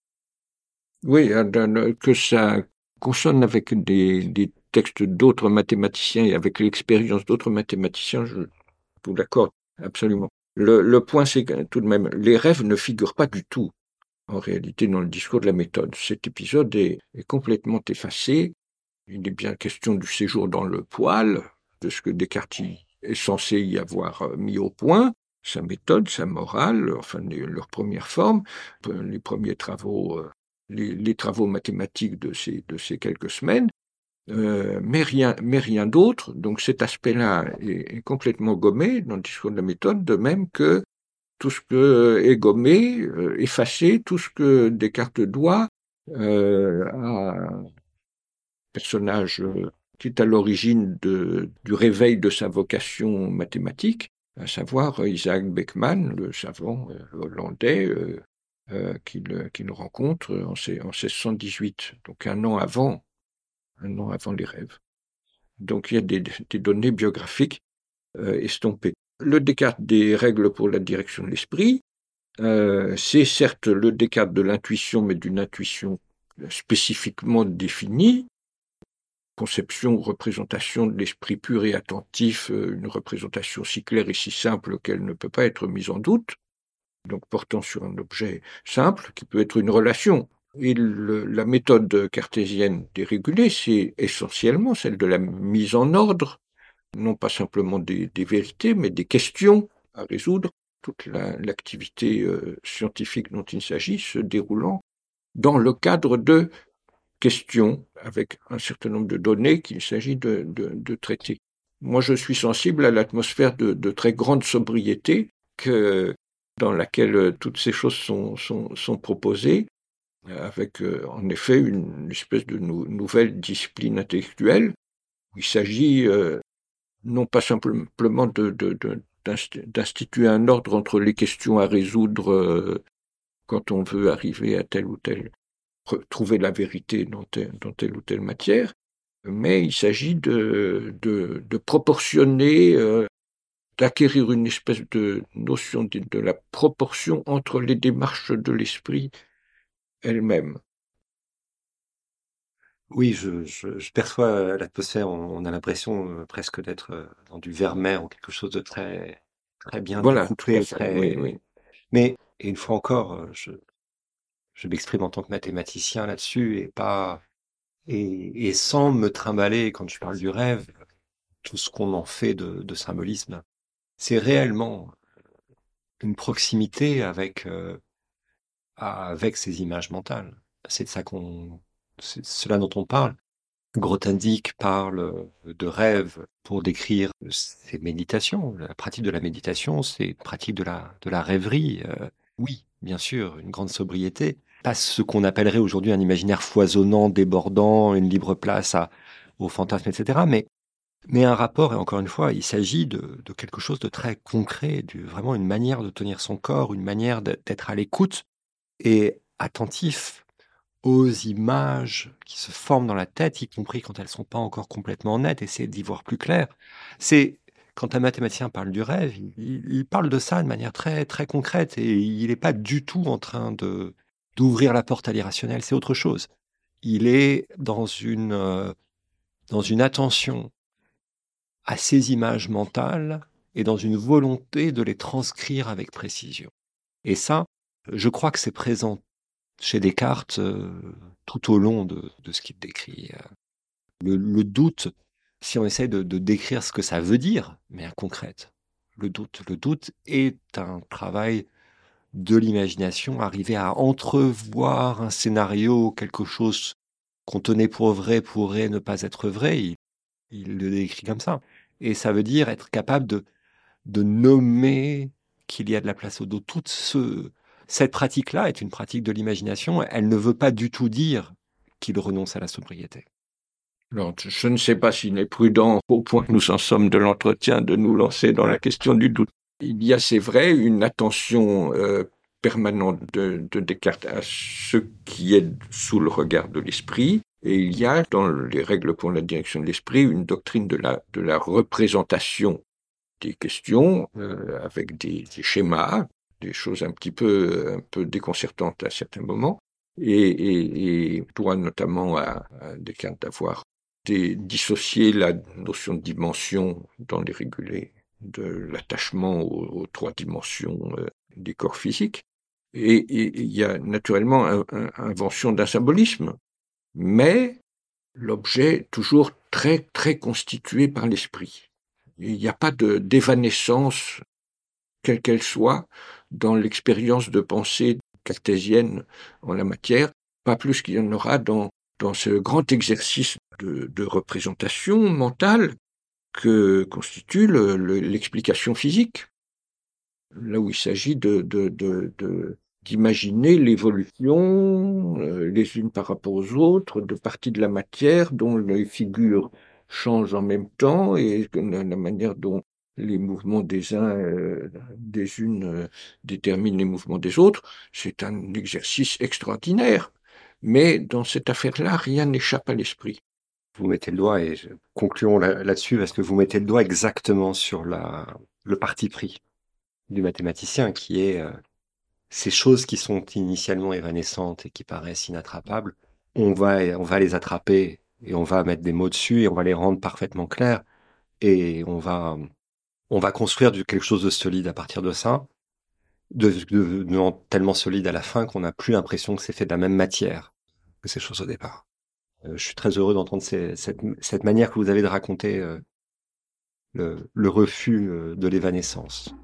Oui, que ça consonne avec des, des textes d'autres mathématiciens et avec l'expérience d'autres mathématiciens, je vous l'accorde absolument. Le, le point, c'est que tout de même, les rêves ne figurent pas du tout, en réalité, dans le discours de la méthode. Cet épisode est, est complètement effacé. Il est bien question du séjour dans le poil, de ce que Descartes est censé y avoir mis au point, sa méthode, sa morale, enfin leur première forme, les premiers travaux, les, les travaux mathématiques de ces, de ces quelques semaines, euh, mais rien, mais rien d'autre. Donc cet aspect-là est, est complètement gommé dans le discours de la méthode, de même que tout ce que est gommé, euh, effacé, tout ce que Descartes doit euh, à personnage euh, qui est à l'origine de, du réveil de sa vocation mathématique, à savoir Isaac Beckman, le savant euh, hollandais euh, euh, qu'il, qu'il rencontre en, en seize cent dix-huit, donc un an avant, un an avant les rêves. Donc il y a des, des données biographiques euh, estompées. Le Descartes des règles pour la direction de l'esprit, euh, c'est certes le Descartes de l'intuition, mais d'une intuition spécifiquement définie, conception ou représentation de l'esprit pur et attentif, une représentation si claire et si simple qu'elle ne peut pas être mise en doute, donc portant sur un objet simple qui peut être une relation. Et le, la méthode cartésienne dérégulée, c'est essentiellement celle de la mise en ordre, non pas simplement des, des vérités, mais des questions à résoudre, toute la, l'activité euh, scientifique dont il s'agit se déroulant dans le cadre de questions avec un certain nombre de données qu'il s'agit de, de, de traiter. Moi, je suis sensible à l'atmosphère de, de très grande sobriété que, dans laquelle toutes ces choses sont, sont, sont proposées, avec euh, en effet une espèce de nou- nouvelle discipline intellectuelle. Il s'agit euh, non pas simplement de, de, de, d'instituer un ordre entre les questions à résoudre euh, quand on veut arriver à telle ou telle trouver la vérité dans telle, dans telle ou telle matière, mais il s'agit de, de, de proportionner, euh, d'acquérir une espèce de notion de, de la proportion entre les démarches de l'esprit elles-mêmes. Oui, je, je, je perçois l'atmosphère, on, on a l'impression euh, presque d'être euh, dans du Vermeer ou quelque chose de très, très bien Voilà, découpé, fait, très... oui, oui. Mais, et une fois encore, je, je m'exprime en tant que mathématicien là-dessus et pas, et, et sans me trimballer quand je parle du rêve, tout ce qu'on en fait de, de symbolisme. C'est réellement une proximité avec, euh, avec ces images mentales. C'est de ça qu'on, c'est cela dont on parle. Grothendieck parle de rêve pour décrire ses méditations. La pratique de la méditation, c'est une pratique de la, de la rêverie. Euh, oui, bien sûr, une grande sobriété. Pas ce qu'on appellerait aujourd'hui un imaginaire foisonnant, débordant, une libre place à, aux fantasmes, et cetera. Mais, mais un rapport, et encore une fois, il s'agit de, de quelque chose de très concret, de, vraiment une manière de tenir son corps, une manière d'être à l'écoute et attentif aux images qui se forment dans la tête, y compris quand elles ne sont pas encore complètement nettes, essayer d'y voir plus clair. C'est quand un mathématicien parle du rêve, il, il parle de ça de manière très très concrète et il n'est pas du tout en train de d'ouvrir la porte à l'irrationnel. C'est autre chose. Il est dans une euh, dans une attention à ces images mentales et dans une volonté de les transcrire avec précision. Et ça, je crois que c'est présent chez Descartes euh, tout au long de, de ce qu'il décrit. Le, le doute, si on essaie de, de décrire ce que ça veut dire, mais en concrète, le doute, le doute est un travail de l'imagination, arriver à entrevoir un scénario, quelque chose qu'on tenait pour vrai pourrait ne pas être vrai. Il, il le décrit comme ça. Et ça veut dire être capable de, de nommer qu'il y a de la place au dos. Toute ce, cette pratique-là est une pratique de l'imagination. Elle ne veut pas du tout dire qu'il renonce à la sobriété. Alors, je ne sais pas s'il est prudent, au point que nous en sommes de l'entretien, de nous lancer dans la question du doute. Il y a, c'est vrai, une attention euh, permanente de, de Descartes à ce qui est sous le regard de l'esprit, et il y a, dans les règles pour la direction de l'esprit, une doctrine de la, de la représentation des questions, euh, avec des, des schémas, des choses un petit peu, un peu déconcertantes à certains moments, et, et, et doit notamment à, à Descartes d'avoir Des, dissocier la notion de dimension dans les régulés de l'attachement aux, aux trois dimensions euh, des corps physiques. Et il y a naturellement un, un, invention d'un symbolisme, mais l'objet toujours très, très constitué par l'esprit. Il n'y a pas de, d'évanescence, quelle qu'elle soit, dans l'expérience de pensée cartésienne en la matière, pas plus qu'il y en aura dans dans ce grand exercice de, de représentation mentale que constitue le, le, l'explication physique, là où il s'agit de, de, de, de, d'imaginer l'évolution euh, les unes par rapport aux autres de parties de la matière dont les figures changent en même temps et la, la manière dont les mouvements des uns, euh, des unes euh, déterminent les mouvements des autres. C'est un exercice extraordinaire. Mais dans cette affaire-là, rien n'échappe à l'esprit. Vous mettez le doigt, et concluons là, là-dessus, parce que vous mettez le doigt exactement sur la, le parti pris du mathématicien, qui est euh, ces choses qui sont initialement évanescentes et qui paraissent inattrapables, on va, on va les attraper et on va mettre des mots dessus et on va les rendre parfaitement clairs et on va, on va construire du, quelque chose de solide à partir de ça, de, de, de tellement solide à la fin qu'on n'a plus l'impression que c'est fait de la même matière que ces choses au départ. Euh, je suis très heureux d'entendre ces, cette, cette manière que vous avez de raconter euh, le, le refus euh, de l'évanescence.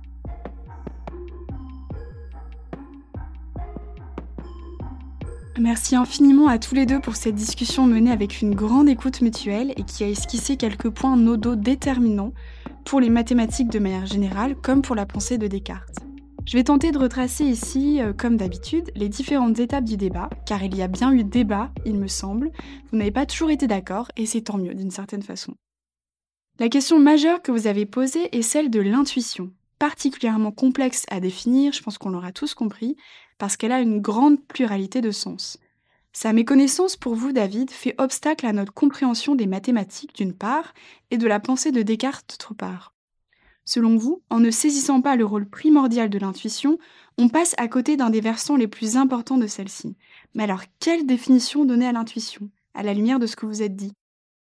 Merci infiniment à tous les deux pour cette discussion menée avec une grande écoute mutuelle et qui a esquissé quelques points nodaux déterminants pour les mathématiques de manière générale comme pour la pensée de Descartes. Je vais tenter de retracer ici, euh, comme d'habitude, les différentes étapes du débat, car il y a bien eu débat, il me semble. Vous n'avez pas toujours été d'accord, et c'est tant mieux d'une certaine façon. La question majeure que vous avez posée est celle de l'intuition, particulièrement complexe à définir, je pense qu'on l'aura tous compris, parce qu'elle a une grande pluralité de sens. Sa méconnaissance pour vous, David, fait obstacle à notre compréhension des mathématiques d'une part, et de la pensée de Descartes d'autre part. Selon vous, en ne saisissant pas le rôle primordial de l'intuition, on passe à côté d'un des versants les plus importants de celle-ci. Mais alors, quelle définition donner à l'intuition, à la lumière de ce que vous êtes dit ?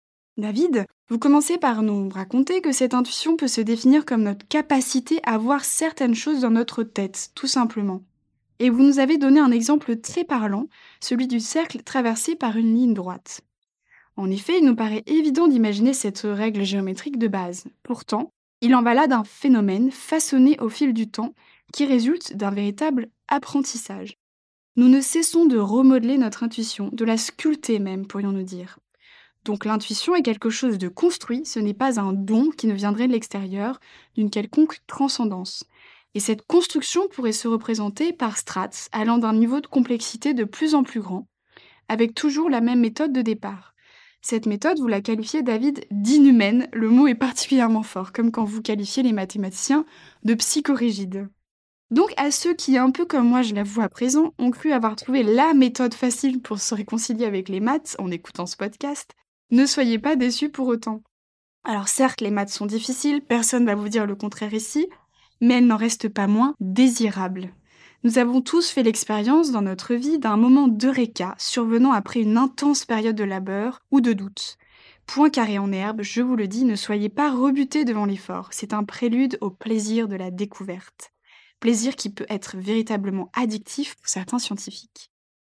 David, vous commencez par nous raconter que cette intuition peut se définir comme notre capacité à voir certaines choses dans notre tête, tout simplement. Et vous nous avez donné un exemple très parlant, celui du cercle traversé par une ligne droite. En effet, il nous paraît évident d'imaginer cette règle géométrique de base. Pourtant, il en va là d'un phénomène façonné au fil du temps qui résulte d'un véritable apprentissage. Nous ne cessons de remodeler notre intuition, de la sculpter même, pourrions-nous dire. Donc l'intuition est quelque chose de construit, ce n'est pas un don qui ne viendrait de l'extérieur, d'une quelconque transcendance. Et cette construction pourrait se représenter par strates, allant d'un niveau de complexité de plus en plus grand, avec toujours la même méthode de départ. Cette méthode, vous la qualifiez, David, d'inhumaine. Le mot est particulièrement fort, comme quand vous qualifiez les mathématiciens de psychorigides. Donc, à ceux qui, un peu comme moi, je l'avoue à présent, ont cru avoir trouvé la méthode facile pour se réconcilier avec les maths en écoutant ce podcast, ne soyez pas déçus pour autant. Alors certes, les maths sont difficiles, personne ne va vous dire le contraire ici, mais elles n'en restent pas moins désirables. Nous avons tous fait l'expérience dans notre vie d'un moment d'eureka survenant après une intense période de labeur ou de doute. Point carré en herbe, je vous le dis, ne soyez pas rebutés devant l'effort. C'est un prélude au plaisir de la découverte. Plaisir qui peut être véritablement addictif pour certains scientifiques.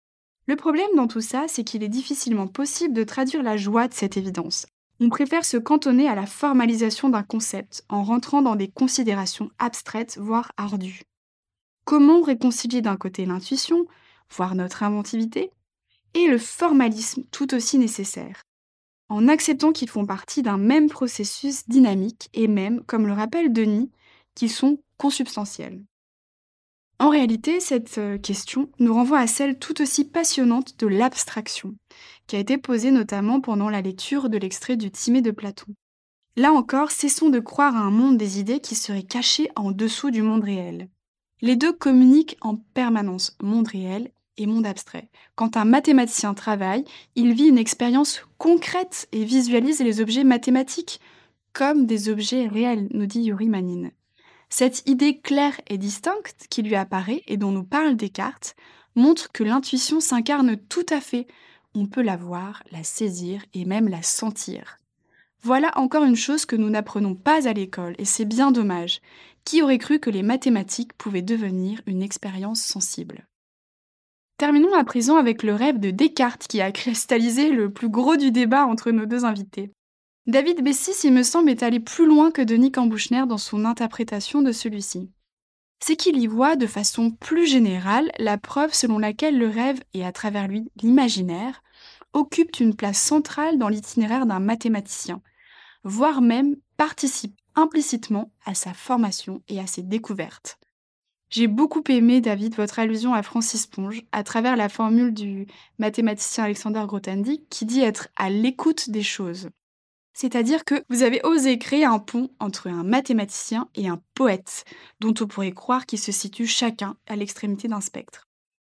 Le problème dans tout ça, c'est qu'il est difficilement possible de traduire la joie de cette évidence. On préfère se cantonner à la formalisation d'un concept en rentrant dans des considérations abstraites, voire ardues. Comment réconcilier d'un côté l'intuition, voire notre inventivité, et le formalisme tout aussi nécessaire, en acceptant qu'ils font partie d'un même processus dynamique et même, comme le rappelle Denis, qu'ils sont consubstantiels. En réalité, cette question nous renvoie à celle tout aussi passionnante de l'abstraction, qui a été posée notamment pendant la lecture de l'extrait du Timée de Platon. Là encore, cessons de croire à un monde des idées qui serait caché en dessous du monde réel. Les deux communiquent en permanence, monde réel et monde abstrait. Quand un mathématicien travaille, il vit une expérience concrète et visualise les objets mathématiques comme des objets réels, nous dit Yuri Manin. Cette idée claire et distincte qui lui apparaît et dont nous parle Descartes montre que l'intuition s'incarne tout à fait. On peut la voir, la saisir et même la sentir. Voilà encore une chose que nous n'apprenons pas à l'école et c'est bien dommage. Qui aurait cru que les mathématiques pouvaient devenir une expérience sensible ? Terminons à présent avec le rêve de Descartes qui a cristallisé le plus gros du débat entre nos deux invités. David Bessis, il me semble, est allé plus loin que Denis Cambouchner dans son interprétation de celui-ci. C'est qu'il y voit, de façon plus générale, la preuve selon laquelle le rêve, et à travers lui l'imaginaire, occupent une place centrale dans l'itinéraire d'un mathématicien, voire même participent implicitement à sa formation et à ses découvertes. J'ai beaucoup aimé, David, votre allusion à Francis Ponge, à travers la formule du mathématicien Alexander Grothendieck qui dit être à l'écoute des choses. C'est-à-dire que vous avez osé créer un pont entre un mathématicien et un poète, dont on pourrait croire qu'ils se situent chacun à l'extrémité d'un spectre.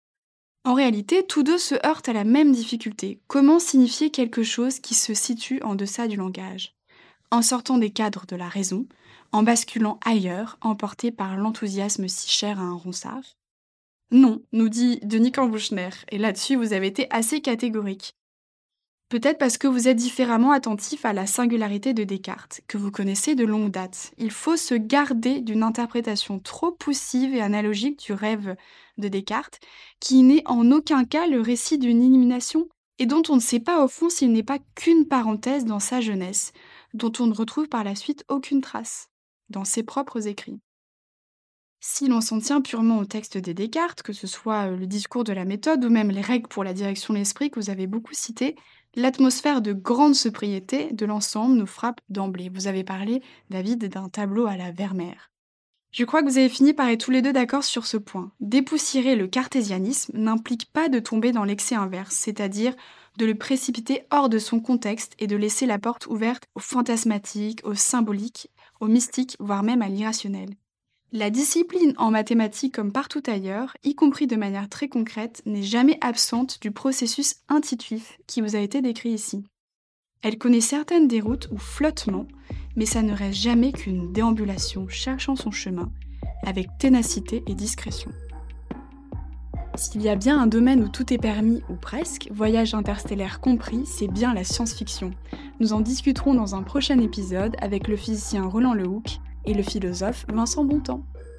En réalité, tous deux se heurtent à la même difficulté. Comment signifier quelque chose qui se situe en deçà du langage ? En sortant des cadres de la raison, en basculant ailleurs, emporté par l'enthousiasme si cher à un Ronsard ? Non, nous dit Denis Cambouchner, et là-dessus vous avez été assez catégorique. Peut-être parce que vous êtes différemment attentif à la singularité de Descartes, que vous connaissez de longue date. Il faut se garder d'une interprétation trop poussive et analogique du rêve de Descartes, qui n'est en aucun cas le récit d'une illumination, et dont on ne sait pas au fond s'il n'est pas qu'une parenthèse dans sa jeunesse, dont on ne retrouve par la suite aucune trace, dans ses propres écrits. Si l'on s'en tient purement au texte des Descartes, que ce soit le discours de la méthode ou même les règles pour la direction de l'esprit que vous avez beaucoup citées, l'atmosphère de grande sobriété de l'ensemble nous frappe d'emblée. Vous avez parlé, David, d'un tableau à la Vermeer. Je crois que vous avez fini par être tous les deux d'accord sur ce point. Dépoussiérer le cartésianisme n'implique pas de tomber dans l'excès inverse, c'est-à-dire de le précipiter hors de son contexte et de laisser la porte ouverte au fantasmatique, au symbolique, au mystique, voire même à l'irrationnel. La discipline en mathématiques comme partout ailleurs, y compris de manière très concrète, n'est jamais absente du processus intuitif qui vous a été décrit ici. Elle connaît certaines déroutes ou flottements, mais ça ne reste jamais qu'une déambulation cherchant son chemin, avec ténacité et discrétion. S'il y a bien un domaine où tout est permis, ou presque, voyage interstellaire compris, c'est bien la science-fiction. Nous en discuterons dans un prochain épisode avec le physicien Roland Lehoucq et le philosophe Vincent Bontemps.